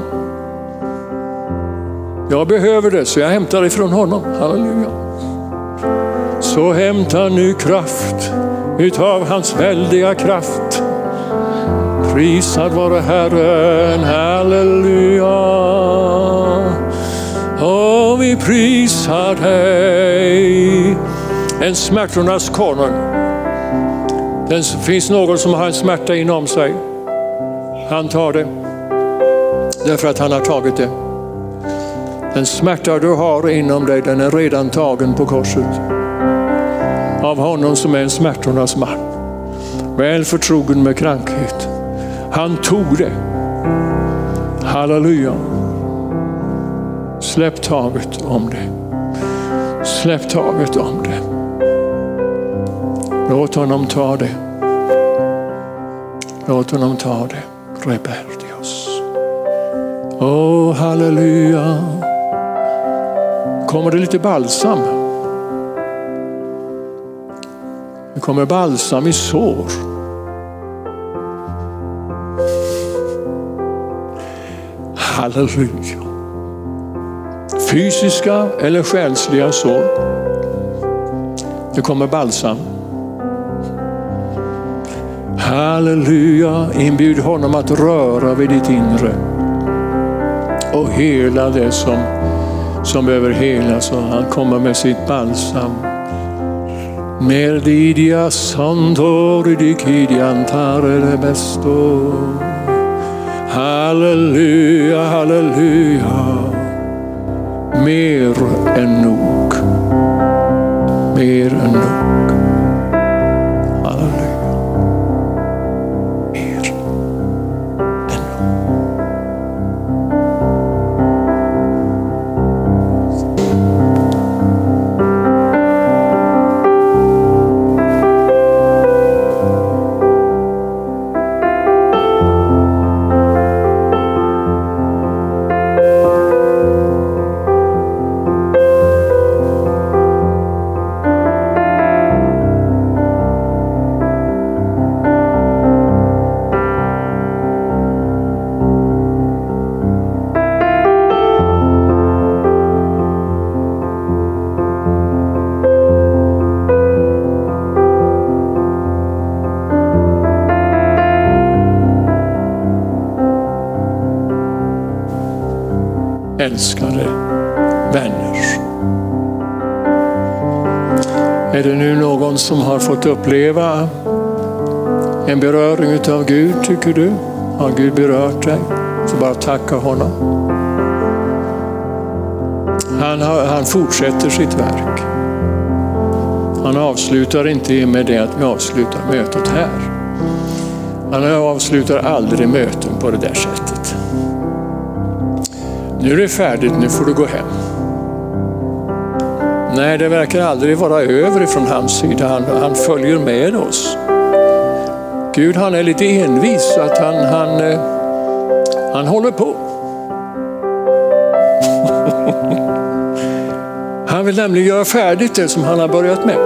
Jag behöver det, så jag hämtar det ifrån honom. Halleluja. Så hämta nu kraft utav hans väldiga kraft. Prisad vare Herren. Halleluja. Och vi prisar dig. En smärtornas konung. Det finns någon som har en smärta inom sig. Han tar det. Därför att han har tagit det. Den smärta du har inom dig, den är redan tagen på korset. Av honom som är en smärtornas man. Väl förtrogen med krankhet. Han tog det. Halleluja. Släpp taget om det. Släpp taget om det. Låt honom ta det. Låt honom ta det. Reberdios. Åh, oh, halleluja. Kommer det lite balsam? Det kommer balsam i sår. Halleluja. Fysiska eller själsliga sår. Det kommer balsam. Halleluja. Inbjud honom att röra vid ditt inre. Och hela det som, som behöver helas. Och han kommer med sitt balsam. Merdidia santori di kidiantare det besto. Halleluja, halleluja. Mer än nog. Mer än nog. Halleluja. Mer. älskade vänner. Är det nu någon som har fått uppleva en beröring utav Gud, tycker du? Har Gud berört dig? Så bara tacka honom. Han, har, han fortsätter sitt verk. Han avslutar inte med det att vi avslutar mötet här. Han avslutar aldrig möten på det där sättet. Nu är det färdigt, nu får du gå hem. Nej, det verkar aldrig vara över från hans sida. Han, han följer med oss. Gud, han är lite envis så att han, han, han håller på. Han vill nämligen göra färdigt det som han har börjat med.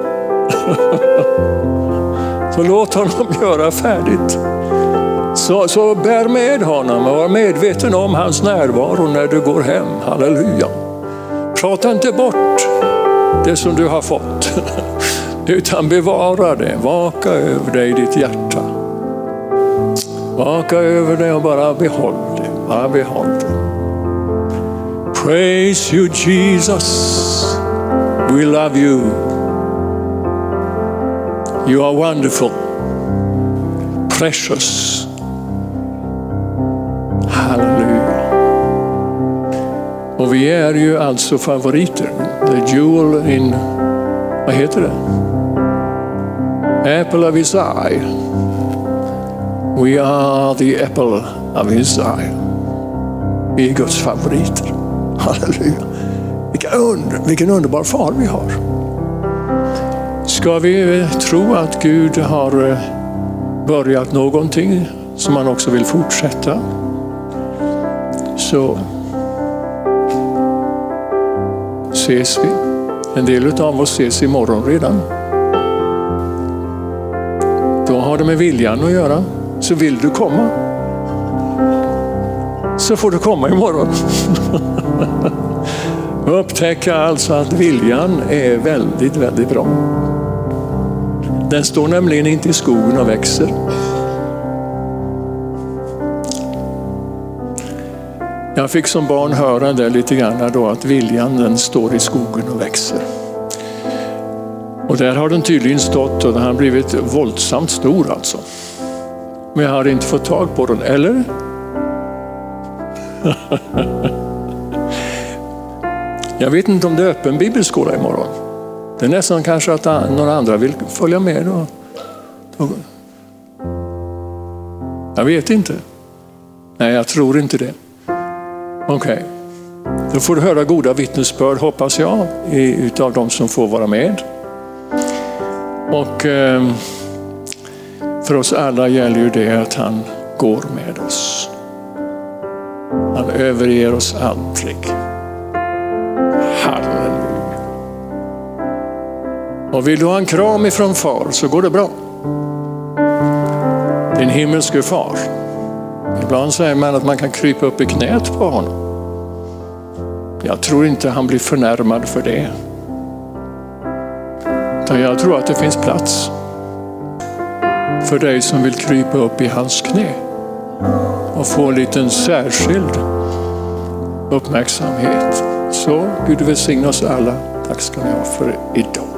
Så låt honom göra färdigt. Så, så bär med honom och var medveten om hans närvaro när du går hem. Halleluja. Prata inte bort det som du har fått. Utan bevara det. Vaka över dig i ditt hjärta. Vaka över det och bara behåll det. Bara behåll det. Praise you, Jesus. We love you. You are wonderful. Precious. Halleluja. Och vi är ju alltså favoriter. The jewel in, vad heter det? Apple of his eye. We are the apple of his eye. Vi är Guds favoriter. Halleluja. Vilken, under, vilken underbar far vi har. Ska vi tro att Gud har börjat någonting som han också vill fortsätta, så ses vi. En del av oss ses imorgon redan. Då har det med viljan att göra. Så vill du komma, så får du komma imorgon. Upptäcka alltså att viljan är väldigt, väldigt bra. Den står nämligen inte i skogen och växer. Jag fick som barn höra det lite grann då, att viljan den står i skogen och växer. Och där har den tydligen stått och den har blivit våldsamt stor alltså. Men jag har inte fått tag på den, eller? Jag vet inte om det är öppen bibelskola imorgon. Det är nästan kanske att några andra vill följa med. Då. Jag vet inte. Nej, jag tror inte det. Okej. Okay. Då får du höra goda vittnesbörd, hoppas jag, utav de som får vara med. Och eh, för oss alla gäller ju det att han går med oss. Han överger oss aldrig. Halleluja. Och vill du ha en kram ifrån far så går det bra. Din himmelske far. Ibland säger man att man kan krypa upp i knät på honom. Jag tror inte han blir förnärmad för det. Utan jag tror att det finns plats för dig som vill krypa upp i hans knä och få en liten särskild uppmärksamhet. Så Gud välsigna oss alla. Tack ska ni ha för idag.